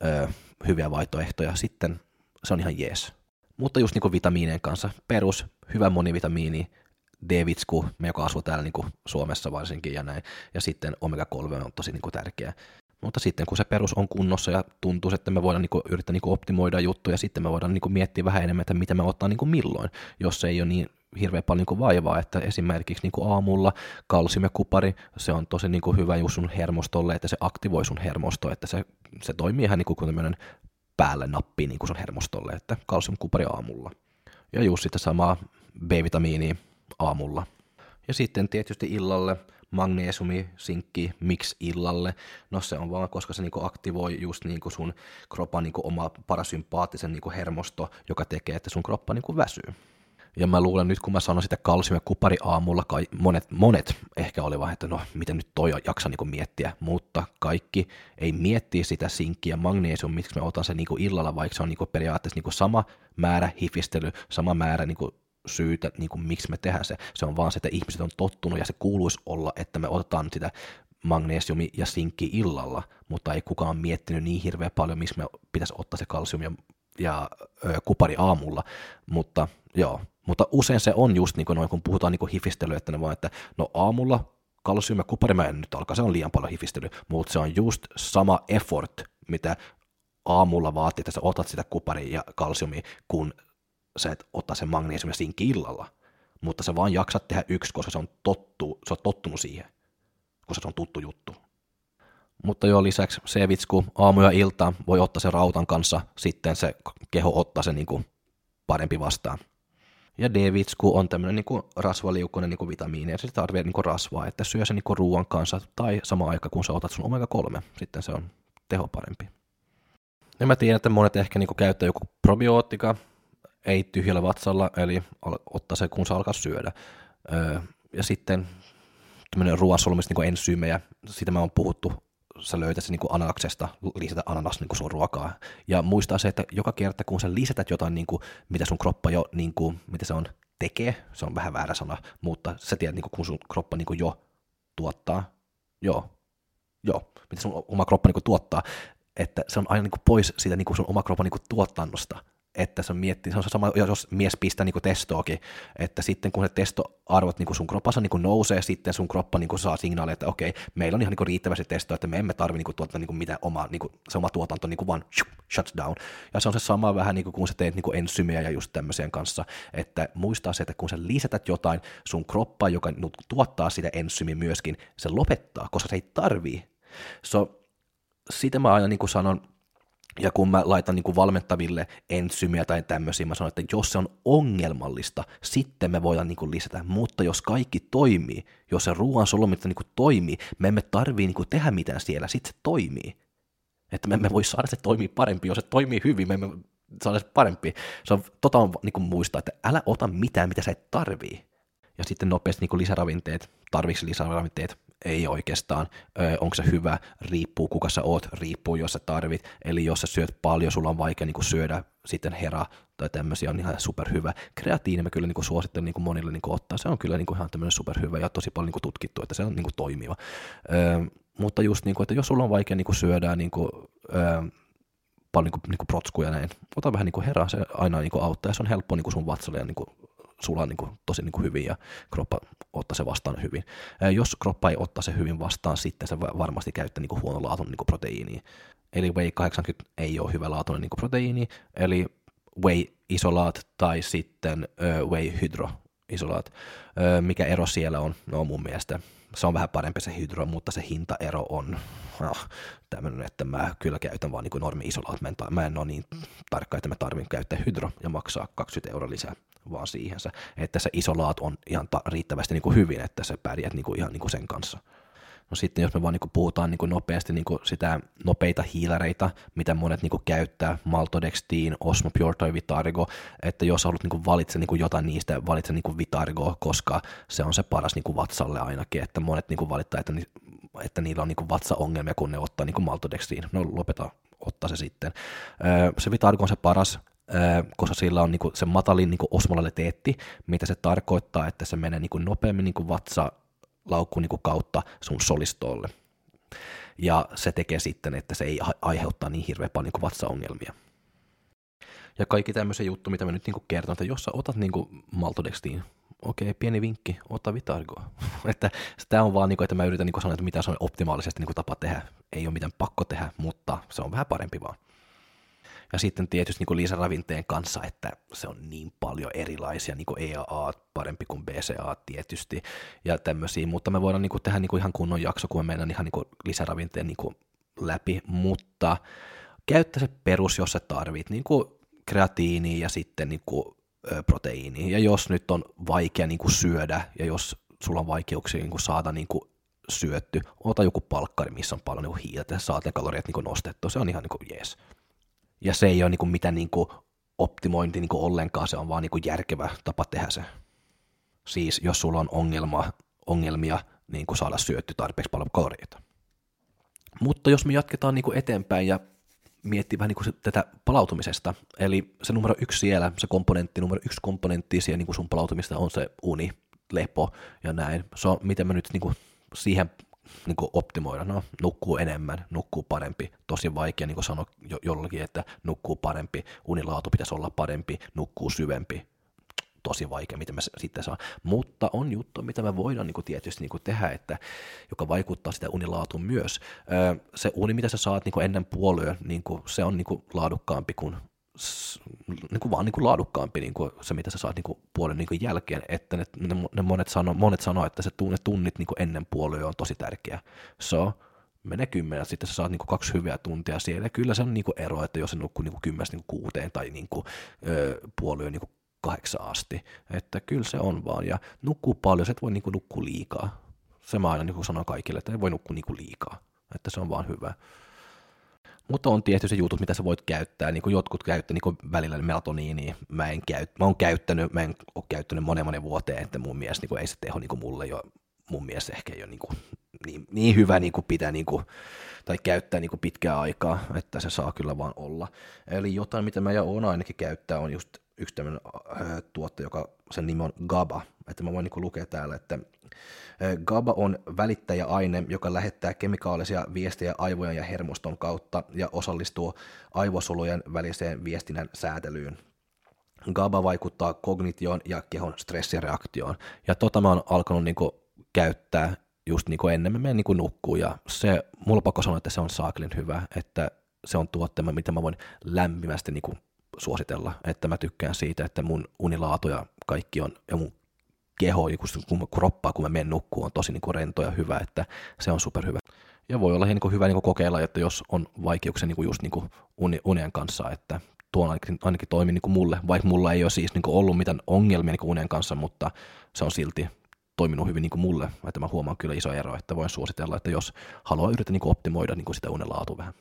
hyviä vaihtoehtoja, sitten se on ihan jees. Mutta just niinku vitamiinien kanssa, perus, hyvä monivitamiini, D-vitsku, me joka asuu täällä niinku Suomessa varsinkin ja näin, ja sitten omega-3 on tosi niinku tärkeä. Mutta sitten kun se perus on kunnossa ja tuntuu, että me voidaan niinku yrittää niinku optimoida juttuja, sitten me voidaan niinku miettiä vähän enemmän, että mitä me ottaa niinku milloin, jos se ei ole niin hirveän paljon niinku vaivaa, että esimerkiksi niinku aamulla kalsium ja kupari, se on tosi niinku hyvä just sun hermostolle, että se aktivoi sun hermosto, että se toimii ihan niinku kuin tämmöinen päälle nappi niinku sun hermostolle, että kalsium kupari aamulla. Ja just sitä samaa B-vitamiinia aamulla. Ja sitten tietysti illalle magneesiumi, sinkki, miksi illalle? No se on vaan, koska se niinku aktivoi just niinku sun kropan niinku oma parasympaattisen niinku hermosto, joka tekee, että sun kroppa niinku väsyy. Ja mä luulen nyt, kun mä sanon sitä kalsium ja kupari aamulla, monet ehkä oli vaan, että no, miten nyt toi jaksa niinku miettiä, mutta kaikki ei miettiä sitä sinkkiä ja magneesium, miksi me otan se niinku illalla, vaikka se on niinku periaatteessa niinku sama määrä hifistely, sama määrä niinku syytä, niinku miksi me tehdään se. Se on vaan se, että ihmiset on tottunut ja se kuuluisi olla, että me otetaan sitä magneesiumi ja sinkki illalla, mutta ei kukaan miettinyt niin hirveän paljon, miksi me pitäisi ottaa se kalsium ja kupari aamulla, mutta joo. Mutta usein se on just niin kuin noin, kun puhutaan niin hifistelyä, että ne vaan, että no aamulla kalsium ja kupari mä en nyt alkaa, se on liian paljon hifistelyä, mutta se on just sama effort, mitä aamulla vaatii, että sä otat sitä kupari ja kalsiumia, kun sä et ottaa sen magneesium ja sinkki illalla. Mutta sä vaan jaksat tehdä yksi, koska se on tottunut siihen, koska se on tuttu juttu. Mutta joo, lisäksi C-vitsku aamu ja ilta voi ottaa sen rautan kanssa, sitten se keho ottaa sen niin kuin parempi vastaan. Ja D-vitsku on tämmöinen niinku rasvaliukkoinen niinku vitamiini, ja se tarvitsee niinku rasvaa, että syö sen niinku ruoan kanssa tai sama aika, kun sä otat sun omega-3, sitten se on teho parempi. Ja mä tiedän, että monet ehkä niinku käyttää joku probioottika, ei tyhjällä vatsalla, eli ottaa se, kun sä alkaa syödä. Ja sitten ruoan solmista niinku ensyymejä, siitä mä oon puhuttu, sä löytät se niinku ananaksesta, lisätä ananas niinku sun ruokaa. Ja muistaa se, että joka kerta kun sä lisätät jotain, niinku, mitä sun kroppa jo, niinku, mitä se on, tekee, se on vähän väärä sana, mutta sä tiedät, niin kuin, kun sun kroppa niin kuin jo tuottaa, mitä sun oma kroppa niin kuin tuottaa, että se on aina niin kuin pois siitä niin kuin sun oma kroppan niin kuin tuotannosta. Että se miettii, se on se sama, jos mies pistää niin kuin testoakin, että sitten kun se testoarvot niin kuin sun kropassa niin kuin nousee, sitten sun kroppa niin kuin saa signaaleja, että okei, meillä on ihan niin kuin riittävästi testoa, että me emme tarvitse niin kuin tuottaa niin kuin mitään omaa, niin kuin, se oma tuotanto niin kuin vaan shuts down. Ja se on se sama vähän niin kuin kun sä teet niin kuin ensymejä ja just tämmöisen kanssa, että muistaa se, että kun sä lisätät jotain, sun kroppa, joka tuottaa sitä ensymiä myöskin, se lopettaa, koska se ei tarvii. Sitä mä aina niin kuin sanon, ja kun mä laitan niin kuin valmentaville ensymejä tai tämmöisiä, mä sanon, että jos se on ongelmallista, sitten me voidaan niin kuin lisätä, mutta jos kaikki toimii, jos se ruoan solumista niin kuin toimii, me emme tarvii niin kuin tehdä mitään siellä, sitten se toimii. Että me emme voi saada se toimii parempi, jos se toimii hyvin, me emme saada se parempi. Se on niin kuin muistaa, että älä ota mitään, mitä sä et tarvii. Ja sitten nopeasti niin kuin lisäravinteet, tarvitsi lisäravinteet, ei oikeastaan. Onko se hyvä, riippuu kuka sä oot, riippuu jos sä tarvit. Eli jos sä syöt paljon, sulla on vaikea niin kuin syödä sitten hera tai tämmöisiä on ihan superhyvä. Kreatiini mä kyllä niin kuin suosittelen niin kuin monille niin kuin ottaa. Se on kyllä niin kuin ihan tämmöinen superhyvä ja tosi paljon niin kuin tutkittu, että se on niin kuin toimiva. Mutta just niin kuin, että jos sulla on vaikea niin kuin syödä niin kuin, paljon niin kuin protskuja näin, ota vähän niin kuin heraa, se aina niin kuin auttaa ja se on helppo niin kuin sun vatsalle ja niin kuin sulaa niin kuin, tosi niin kuin hyvin ja kroppa ottaa se vastaan hyvin. Jos kroppa ei ottaa se hyvin vastaan, sitten se varmasti käyttää niin kuin huonolaatuinen niin proteiiniä. Eli whey 80 ei ole hyvälaatuinen niin kuin proteiini, eli whey isolaat tai sitten whey hydro isolaat. Mikä ero siellä on? No mun mielestä se on vähän parempi se hydro, mutta se hintaero on tämmöinen, että mä kyllä käytän vaan niin kuin normi-isolaat. Mä en ole niin tarkka, että mä tarvin käyttää hydro ja maksaa 20 € lisää vaan siihensä, että se isolaat on ihan riittävästi niin kuin hyvin, että sä pärjät niin kuin ihan niin kuin sen kanssa. No sitten jos me vaan niin kuin puhutaan niin kuin nopeasti niin kuin sitä nopeita hiilareita, mitä monet niin kuin käyttää, Maltodextin, Osmo Pure tai Vitargo, että jos haluat niin valitse niin jotain niistä, valitse niin Vitargo, koska se on se paras niin kuin vatsalle ainakin, että monet niin kuin valittaa, että niillä on niin kuin vatsaongelmia, kun ne ottaa niin kuin Maltodextin. No lopeta ottaa se sitten. Se Vitargo on se paras, koska sillä on niin kuin se matalin niin kuin osmolaliteetti, mitä se tarkoittaa, että se menee niin kuin nopeammin niin kuin laukun niin kautta sun solistolle. Ja se tekee sitten, että se ei aiheuttaa niin hirveän paljon niin vatsaongelmia. Ja kaikki tämmöisiä juttu, mitä mä nyt niin kerton, että jos sä otat niin Maltodextin, okei, pieni vinkki, ota Vitargoa. Että tämä on vaan, niin kuin, että mä yritän niin sanoa, että mitä se on optimaalisesti niin tapa tehdä. Ei ole mitään pakko tehdä, mutta se on vähän parempi vaan. Ja sitten tietysti niin lisäravinteen kanssa, että se on niin paljon erilaisia, niin kuin EAA parempi kuin BCA tietysti ja tämmöisiä, mutta me voidaan niin kuin tehdä niin kuin ihan kunnon jakso, kun me mennään ihan niin kuin lisäravinteen niin kuin läpi, mutta käyttä se perus, jos sä tarvit, niin kuin kreatiiniä ja sitten niin kuin proteiiniä. Ja jos nyt on vaikea niin kuin syödä ja jos sulla on vaikeuksia niin kuin saada niin kuin syötty, ota joku palkkari, missä on paljon niin kuin hiiltä ja saat ne kaloriat niin kuin nostettua, se on ihan niin kuin jees. Ja se ei ole niinku mitään niinku optimointi niinku ollenkaan, se on vaan niinku järkevä tapa tehdä se. Siis jos sulla on ongelmia niinku saada syötty tarpeeksi paljon kaloreita. Mutta jos me jatketaan niinku eteenpäin ja miettii vähän niinku tätä palautumisesta, eli se numero 1 siellä, se komponentti, numero 1 komponentti siellä niinku sun palautumista on se uni, lepo ja näin. Se on, miten mä nyt niinku siihen niin kuin optimoida, no nukkuu enemmän, nukkuu parempi, tosi vaikea niin kuin sanoa jollakin, että nukkuu parempi, unilaatu pitäisi olla parempi, nukkuu syvempi, tosi vaikea, miten mä sitten saan, mutta on juttu, mitä me voidaan niin kuin tietysti niin kuin tehdä, että, joka vaikuttaa sitä unilaatuun myös. Se uni, mitä sä saat niin kuin ennen puoluyön, niin kuin, se on niin kuin laadukkaampi kuin vaan niin kuin laadukkaampi niin kuin se, mitä sä saat niin kuin puolen niin kuin jälkeen, että ne monet sanoo, että ne tunnit niin kuin ennen puoluyö on tosi tärkeä. Mene 10, sitten sä saat niin kuin 2 hyvää tuntia siellä, ja kyllä se on niin kuin ero, että jos se nukkuu niin kuin 10 niin kuin 6 tai niin kuin, puoluyö niin kuin 8 asti, että kyllä se on vaan, ja nukkuu paljon, sä et voi niin kuin nukkua liikaa. Se mä aina niin kuin sanon kaikille, että ei voi nukkua niin kuin liikaa, että se on vaan hyvä. Mutta on tietysti jutut, mitä sä voit käyttää, niin kuin jotkut käyttää niin kuin välillä melatoniinia, mä en ole käyttänyt monen vuoteen, että mun mielestä niin kuin ei se teho niin kuin mulle jo, mun mielestä ehkä ei ole niin hyvä niin kuin pitää niin kuin, tai käyttää niin kuin pitkää aikaa, että se saa kyllä vaan olla. Eli jotain, mitä mä oon ainakin käyttää, on just yksi tämmöinen tuote, joka sen nimi on GABA, että mä voin niin kuin lukea täällä, että GABA on välittäjäaine, joka lähettää kemikaalisia viestejä aivojen ja hermoston kautta ja osallistuu aivosolujen väliseen viestinnän säätelyyn. GABA vaikuttaa kognitioon ja kehon stressireaktioon, ja mä oon alkanut niin kuin käyttää just niin kuin ennen mä menen niin kuin nukkuun, ja se, mulla pakko sanoa, että se on saakelin hyvä, että se on tuotte, mitä mä voin lämpimästi niin kuin suositella, että mä tykkään siitä, että mun unilaatu ja kaikki on, ja mun keho, kun kroppaa, kun mä menen nukkuun, on tosi niin kuin rento ja hyvä, että se on superhyvä. Ja voi olla niin kuin hyvä niin kuin kokeilla, että jos on vaikeuksia niin kuin just niin kuin unien kanssa, että tuo ainakin toimii niin kuin mulle, vaikka mulla ei ole siis niin kuin ollut mitään ongelmia niin kuin unien kanssa, mutta se on silti toiminut hyvin niin kuin mulle, että mä huomaan kyllä iso ero, että voin suositella, että jos haluaa yrittää niin kuin optimoida niin kuin sitä unenlaatua vähän.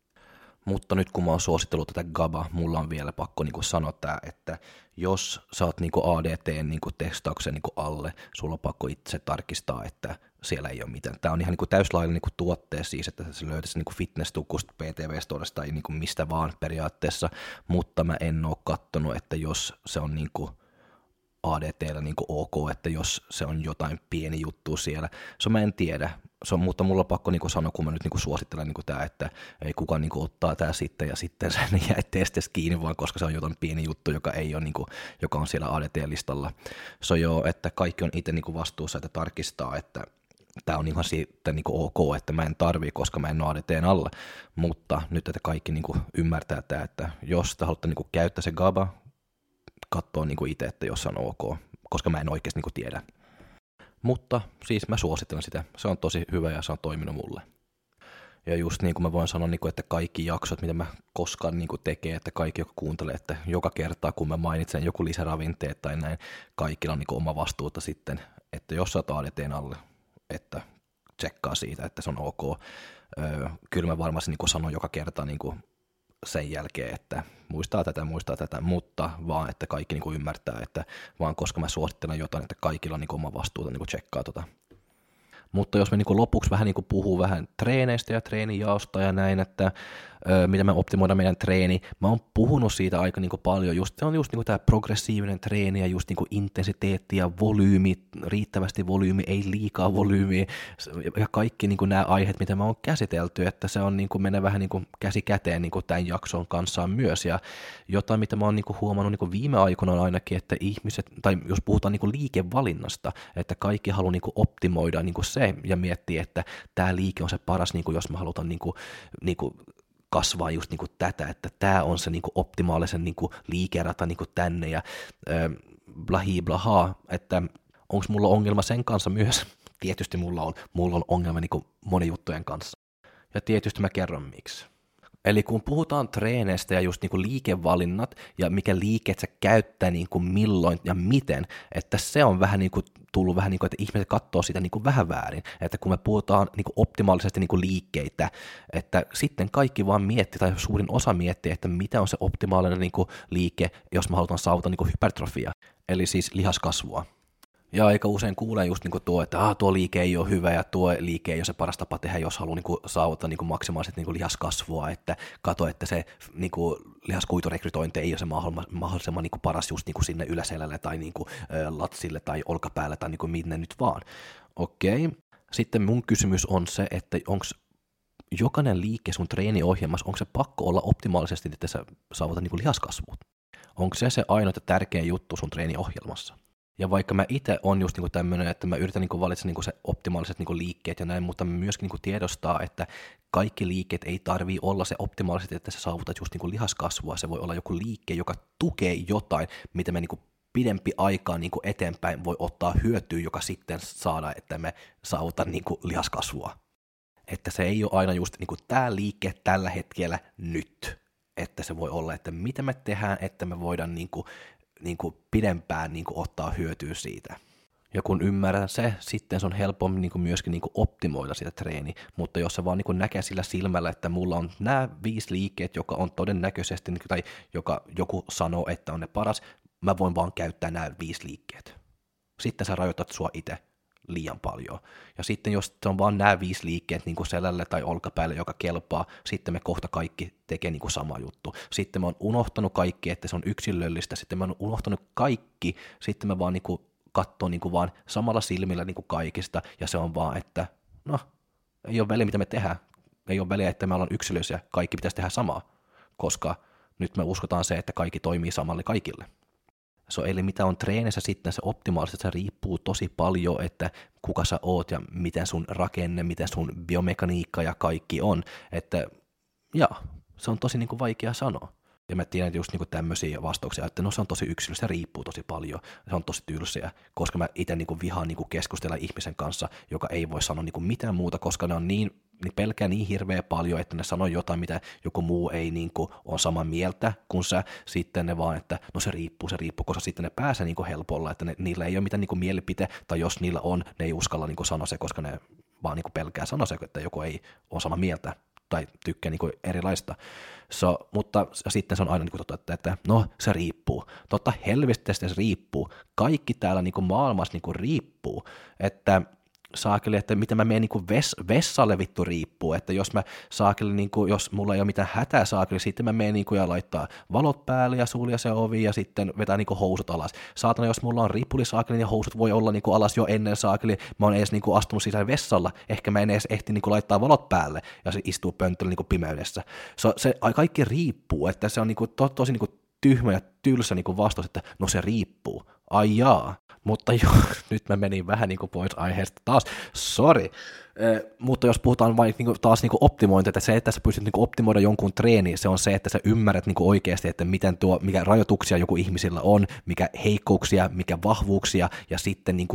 Mutta nyt kun mä oon suositellut tätä GABA, mulla on vielä pakko niin kuin sanoa tää, että jos sä oot niin kuin ADT:n niin kuin testauksen niin kuin alle, sulla on pakko itse tarkistaa, että siellä ei ole mitään. Tää on ihan niin kuin täyslailla niin kuin tuotteessa siis, että se löytäisi niin kuin fitness-tukusta, PTV-storesta tai niin kuin mistä vaan periaatteessa, mutta mä en oo kattonut, että jos se on niin kuin ADT:llä niin kuin ok, että jos se on jotain pieni juttu siellä. Mä en tiedä, mutta mulla on pakko niin kuin sanoa, kun mä nyt niin kuin suosittelen niin kuin tää, että ei kukaan niin kuin ottaa tää sitten ja sitten sen jää testissä kiinni, vaan koska se on jotain pieni juttu, joka ei ole, niin kuin, joka on siellä ADT-listalla. Joo, että kaikki on itse niin kuin vastuussa, että tarkistaa, että tämä on ihan siitä niin kuin ok, että mä en tarvii, koska mä en ole ADT:n alla, mutta nyt että kaikki niin kuin ymmärtää tämä, että jos te haluatte niin kuin käyttää se GABA, katsoa niin kuin itse, että jos se on ok, koska mä en oikeasti niin kuin tiedä. Mutta siis mä suosittelen sitä, se on tosi hyvä ja se on toiminut mulle. Ja just niin kuin mä voin sanoa, niin kuin, että kaikki jaksot, mitä mä koskaan niin kuin tekee, että kaikki, jotka kuuntelee, että joka kerta, kun mä mainitsen joku lisäravinteet tai näin, kaikilla on niin kuin oma vastuuta sitten, että jos sä oot ADT:n alle, että tsekkaa siitä, että se on ok. Kyllä mä varmasti niin kuin sanon joka kerta niin kuin sen jälkeen, että muistaa tätä, mutta vaan, että kaikki niin kuin ymmärtää, että vaan koska mä suosittelen jotain, että kaikilla on niin kuin oma vastuuta niin kuin tsekkaa tota. Mutta jos me niin kuin lopuksi vähän niin kuin puhuu vähän treeneistä ja treenijaosta ja näin, että miten me optimoidaan meidän treeni, mä oon puhunut siitä aika niin kuin paljon, se on just niin kuin tämä progressiivinen treeni ja just niin kuin intensiteetti ja volyymi, riittävästi volyymi, ei liikaa volyymiä ja kaikki niin kuin nämä aiheet, mitä mä oon käsitelty, että se on niin kuin menee vähän niin kuin käsi käteen niin kuin tämän jakson kanssa myös ja jotain, mitä mä oon niin kuin huomannut niin kuin viime aikoina ainakin, että ihmiset, tai jos puhutaan niin kuin liikevalinnasta, että kaikki haluaa niin kuin optimoida niin kuin se ja miettii, että tämä liike on se paras, niin kuin jos mä halutaan niin kuin kasvaa just niin kuin tätä, että tämä on se niin kuin optimaalisen niin kuin liikerata niin kuin tänne ja blahi blahaa, että onko mulla ongelma sen kanssa myös? Tietysti mulla on ongelma niin kuin monen juttujen kanssa. Ja tietysti mä kerron miksi. Eli kun puhutaan treeneistä ja just niinku liikevalinnat ja mikä liikeet sä käyttää niinku milloin ja miten, että se on vähän niinku tullut vähän niinku, että ihmiset katsoo sitä niinku vähän väärin, että kun me puhutaan niinku optimaalisesti niinku liikkeitä, että sitten kaikki vaan miettii tai suurin osa miettii, että mitä on se optimaalinen niinku liike, jos me halutaan saavuttaa niinku hypertrofia, eli siis lihaskasvua. Ja aika usein kuulee just niinku tuo, että tuo liike ei ole hyvä ja tuo liike ei ole se paras tapa tehdä, jos haluaa niinku saavuttaa niinku maksimaalisesti niinku lihaskasvua, että kato, että se niinku lihaskuiturekrytointi ei ole se mahdollisimman niinku paras just niinku sinne yläselälle tai niinku latsille tai olkapäälle tai niinku minne nyt vaan. Okei. Sitten mun kysymys on se, että onko jokainen liike sun treeniohjelmassa, onko se pakko olla optimaalisesti, että sä saavutat niinku lihaskasvua? Onko se ainoa ja tärkein juttu sun treeniohjelmassa? Ja vaikka mä itse on just niinku tämmöinen, että mä yritän niinku valitse niinku se optimaaliset niinku liikkeet ja näin, mutta mä myöskin niinku tiedostaa, että kaikki liikkeet ei tarvii olla se optimaaliset, että sä saavutat just niinku lihaskasvua. Se voi olla joku liike, joka tukee jotain, mitä me niinku pidempi aikaa niinku eteenpäin voi ottaa hyötyä, joka sitten saada, että me saavutaan niinku lihaskasvua. Että se ei ole aina just niinku tää liike tällä hetkellä nyt. Että se voi olla, että mitä me tehdään, että me voidaan niinku pidempään niinku ottaa hyötyä siitä. Ja kun ymmärrän se, sitten se on helpommin niinku myöskin niinku optimoida sitä treeniä, mutta jos se vaan niinku näkee sillä silmällä, että mulla on nämä 5 liikkeet, joka on todennäköisesti, tai joka joku sanoo, että on ne paras, mä voin vaan käyttää nämä 5 liikkeet. Sitten sä rajoitat sua itse liian paljon. Ja sitten jos se on vaan nämä 5 liikkeet niin kuin selälle tai olkapäälle, joka kelpaa, sitten me kohta kaikki tekee niin kuin sama juttu. Sitten mä oon unohtanut kaikki, että se on yksilöllistä, sitten mä oon unohtanut kaikki, sitten mä vaan niin kuin katson niin kuin vaan samalla silmillä niin kuin kaikista, ja se on vaan, että no, ei ole väliä mitä me tehdään, ei ole väliä, että me ollaan yksilöisiä, kaikki pitäisi tehdä samaa, koska nyt me uskotaan se, että kaikki toimii samalle kaikille. Eli mitä on treenissä sitten se optimaalisesti, se riippuu tosi paljon, että kuka sä oot ja miten sun rakenne, miten sun biomekaniikka ja kaikki on, että se on tosi niin kuin vaikea sanoa. Ja mä tiedän just niin tämmöisiä vastauksia, että no se on tosi yksilöllistä, se riippuu tosi paljon, se on tosi tylsiä, koska mä itse niin vihaan niin keskustella ihmisen kanssa, joka ei voi sanoa niin mitään muuta, koska ne on niin pelkää niin hirveä paljon, että ne sanoo jotain, mitä joku muu ei niin ole samaa mieltä kuin sä, sitten ne vaan, että no se riippuu, koska sitten ne pääsee niin helpolla, että niillä ei ole mitään niin mielipite, tai jos niillä on, ne ei uskalla niin sanoa se, koska ne vaan niin pelkää sanoa se, että joku ei ole samaa mieltä tai tykkää niin erilaista. Mutta sitten se on aina niin totta, että no se riippuu. Totta helvetistä se riippuu. Kaikki täällä niin maailmassa niin riippuu, että saakeli, että miten mä menen niin vessalle vittu riippuu, että jos mä saakeli, niin jos mulla ei ole mitään hätää saakeli, sitten mä menen niin ja laittaa valot päälle ja sulja se ovi ja sitten vetää niin housut alas. Saatana, jos mulla on rippuli saakeli ja housut voi olla niin alas jo ennen saakeli, mä oon edes niin astunut sisään vessalla, ehkä mä en edes ehti niin laittaa valot päälle ja se istuu pönttöllä niin pimeydessä. Se kaikki riippuu, että se on niin tosi niin tyhmä ja tylsä niin vastaus, että no se riippuu. Ai jaa. Mutta nyt mä menin vähän niin kuin pois aiheesta taas, sori. Mutta jos puhutaan vain niin taas niin optimointi, että se, että sä pystyt niin optimoida jonkun treeniin, se on se, että sä ymmärrät niin oikeasti, että mikä rajoituksia joku ihmisillä on, mikä heikkouksia, mikä vahvuuksia, ja sitten niin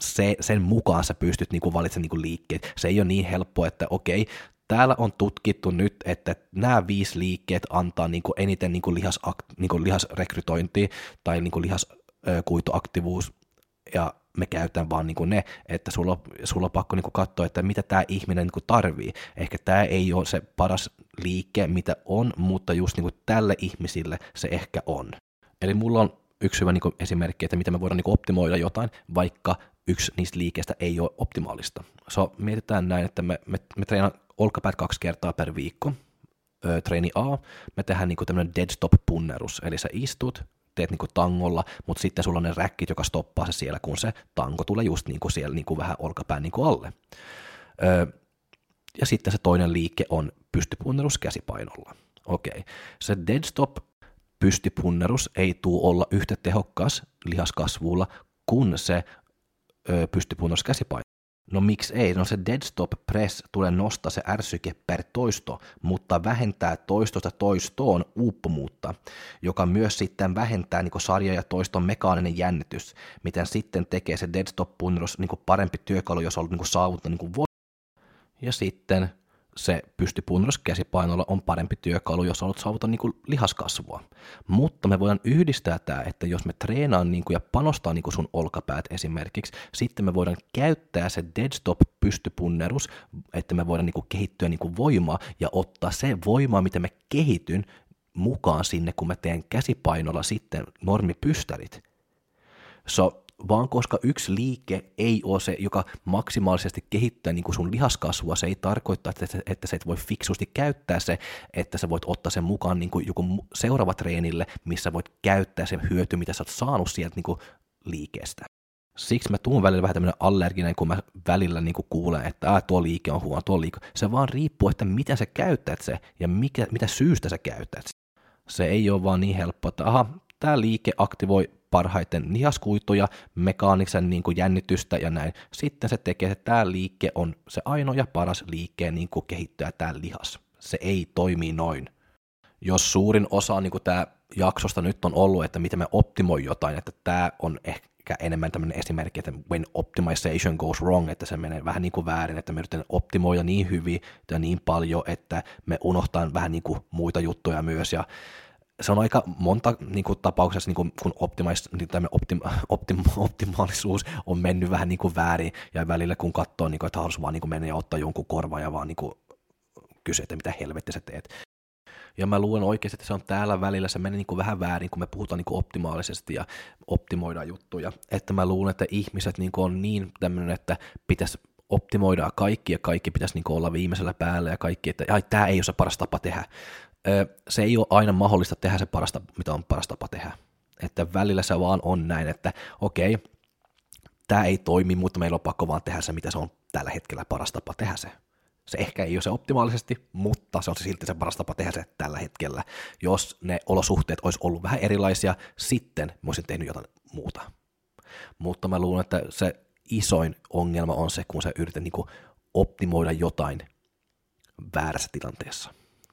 sen mukaan sä pystyt niin valitsemaan niin liikkeet. Se ei ole niin helppoa, että okei, täällä on tutkittu nyt, että nämä 5 liikkeet antaa niin eniten niin lihasrekrytointia tai niin lihaskuituaktivuus, ja me käytetään vaan niin ne, että sulla on pakko niin katsoa, että mitä tämä ihminen niin tarvii. Ehkä tämä ei ole se paras liike, mitä on, mutta just niin tälle ihmisille se ehkä on. Eli mulla on yksi hyvä niin esimerkki, että miten me voidaan niin optimoida jotain, vaikka yksi niistä liikkeistä ei ole optimaalista. Mietitään näin, että me treenaan olkapäät 2 kertaa per viikko. Treeni A, me tehdään niin tämmöinen dead stop punnerus, eli sä istut, teet niinku tangolla, mutta sitten sulla on ne räkkit, joka stoppaa se siellä, kun se tango tulee just niinku siellä niinku vähän olkapään niinku alle. Ja sitten se toinen liike on pystypunnerus käsipainolla. Okei. Se dead stop pystypunnerus ei tule olla yhtä tehokas lihaskasvulla kuin se pystypunnerus käsipainolla. No miksi ei? No se dead stop press tulee nostaa se ärsyke per toisto, mutta vähentää toistosta toistoon uupuvuutta, joka myös sitten vähentää niin sarja- ja toiston mekaaninen jännitys, miten sitten tekee se dead stop punnerus niin parempi työkalu, jos haluat niin saavuttaa niin ja sitten se pystypunnerus käsipainolla on parempi työkalu, jos haluat saavuttaa niin lihaskasvua. Mutta me voidaan yhdistää tämä, että jos me treenaan niin ja panostaa niin sun olkapäät esimerkiksi, sitten me voidaan käyttää se dead stop pystypunnerus, että me voidaan niin kehittyä niin voimaa ja ottaa se voimaa, mitä me kehityn mukaan sinne, kun mä teen käsipainolla sitten normipystärit. Vaan koska yksi liike ei ole se, joka maksimaalisesti kehittää niin kuin sun lihaskasvua, se ei tarkoita, että sä et voi fiksusti käyttää se, että sä voit ottaa sen mukaan niin kuin joku seuraava treenille, missä voit käyttää se hyöty, mitä sä oot saanut sieltä niin kuin liikeestä. Siksi mä tuun välillä vähän tämmöinen allerginen, kun mä välillä niin kuin kuulen, että tuo liike on huono, tuo liike. Se vaan riippuu, että mitä sä käytät se ja mitä syystä sä käytät se. Se ei ole vaan niin helppoa, että tää liike aktivoi parhaiten lihaskuituja, mekaanisen niin kuin jännitystä ja näin. Sitten se tekee, että tämä liike on se ainoa ja paras liikkeen niin kuin kehittää tämä lihas. Se ei toimi noin. Jos suurin osa niin kuin tämä jaksosta nyt on ollut, että miten me optimoi jotain, että tämä on ehkä enemmän tämmöinen esimerkki, että when optimization goes wrong, että se menee vähän niin kuin väärin, että me yritetään optimoida niin hyvin ja niin paljon, että me unohtaa vähän niin kuin muita juttuja myös ja se on aika monta niin kuin, tapauksessa, niin kuin, kun optimaalisuus on mennyt vähän niin kuin väärin, ja välillä kun katsoo, niin kuin, että haluaisi vaan niin kuin mennä ja ottaa jonkun korvan ja vaan niin kuin, kysyä, että mitä helvettiä sä teet. Ja mä luulen oikeasti, että se on täällä välillä, se menee niin kuin vähän väärin, kun me puhutaan niin kuin optimaalisesti ja optimoidaan juttuja. Että mä luulen, että ihmiset niin kuin on niin tämmöinen, että pitäisi optimoida kaikki ja kaikki pitäisi niin kuin olla viimeisellä päällä ja kaikki, että tämä ei ole se paras tapa tehdä. Se ei ole aina mahdollista tehdä se parasta, mitä on paras tapa tehdä. Että välillä se vaan on näin, että okei, tämä ei toimi, mutta meillä on pakko vaan tehdä se, mitä se on tällä hetkellä paras tapa tehdä se. Se ehkä ei ole se optimaalisesti, mutta se on silti se paras tapa tehdä se tällä hetkellä. Jos ne olosuhteet olisi ollut vähän erilaisia, sitten mä olisin tehnyt jotain muuta. Mutta mä luulen, että se isoin ongelma on se, kun sä yrität niin kuin optimoida jotain väärässä tilanteessa.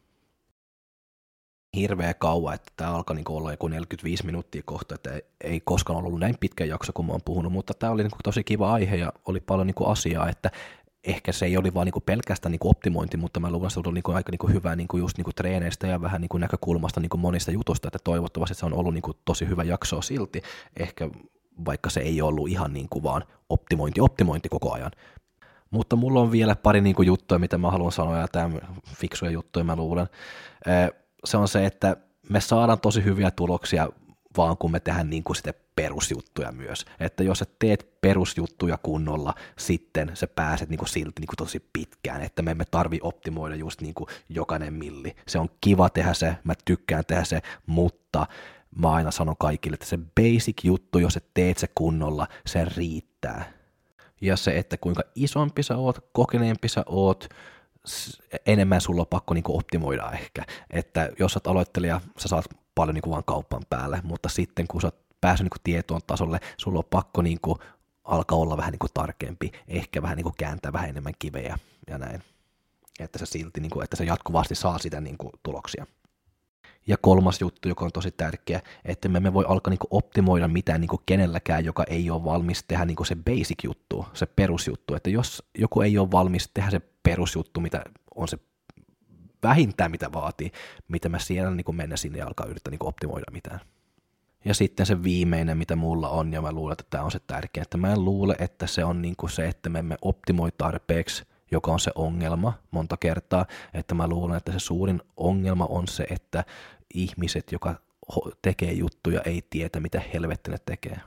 Hirveä kauan, että tämä alkaa niin olla joku 45 minuuttia kohta, että ei koskaan ollut näin pitkä jakso, kun mä oon puhunut, mutta tämä oli niin tosi kiva aihe ja oli paljon niin asiaa, että ehkä se ei oli vaan niin pelkästään niin optimointi, mutta mä luulen, että se oli niin aika niin hyvää niin just niin treeneistä ja vähän niin näkökulmasta niin monista jutusta, että toivottavasti se on ollut niin tosi hyvä jakso silti, ehkä vaikka se ei ollut ihan niin kuin vaan optimointi koko ajan. Mutta mulla on vielä pari niin kuin juttuja, mitä mä haluan sanoa, ja tämä fiksuja juttuja mä luulen. Se on se, että me saadaan tosi hyviä tuloksia vaan kun me tehdään niin kuin sitten perusjuttuja myös. Että jos sä teet perusjuttuja kunnolla, sitten sä pääset niin kuin silti niin kuin tosi pitkään, että me emme tarvi optimoida just niin kuin jokainen milli. Se on kiva tehdä se, mä tykkään tehdä se, mutta mä aina sanon kaikille, että se basic juttu, jos sä teet se kunnolla, se riittää. Ja se, että kuinka isompi sä oot, kokeneempi sä oot, enemmän sulla on pakko niinku optimoida ehkä. Että jos sä oot aloittelija, sä saat paljon niinku vaan kaupan päälle, mutta sitten kun sä oot päässyt niinku tietoon tasolle, sulla on pakko niinku alkaa olla vähän niinku tarkempi, ehkä vähän niinku kääntää vähän enemmän kivejä ja näin. Että se silti, niinku, että se jatkuvasti saa sitä niinku tuloksia. Ja kolmas juttu, joka on tosi tärkeä, että me emme voi alkaa niinku optimoida mitään niinku kenelläkään, joka ei ole valmis tehdä niinku se basic juttu, se perusjuttu. Että jos joku ei ole valmis tehdä se perusjuttu, mitä on se vähintään mitä vaatii, mitä mä siellä niinku mennä sinne ja alkaa yrittää niinku optimoida mitään. Ja sitten se viimeinen, mitä mulla on, ja mä luulen, että tämä on se tärkeä, että mä en luule, että se on niinku se, että me emme optimoi tarpeeksi, joka on se ongelma monta kertaa, että mä luulen, että se suurin ongelma on se, että ihmiset, joka tekee juttuja, ei tiedä, mitä helvettiä ne tekee.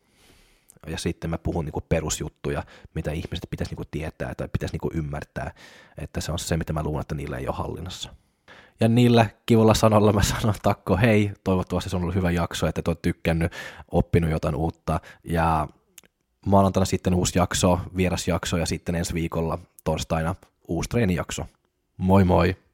Ja sitten mä puhun niinku perusjuttuja, mitä ihmiset pitäisi niinku tietää tai pitäisi niinku ymmärtää, että se on se, mitä mä luulen, että niillä ei ole hallinnassa. Ja niillä kivalla sanoilla mä sanon takko hei, toivottavasti se on ollut hyvä jakso, että et ole tykkännyt, oppinut jotain uutta, ja maanantaina sitten uusi jakso, vierasjakso, ja sitten ensi viikolla torstaina uusi treenijakso. Moi moi!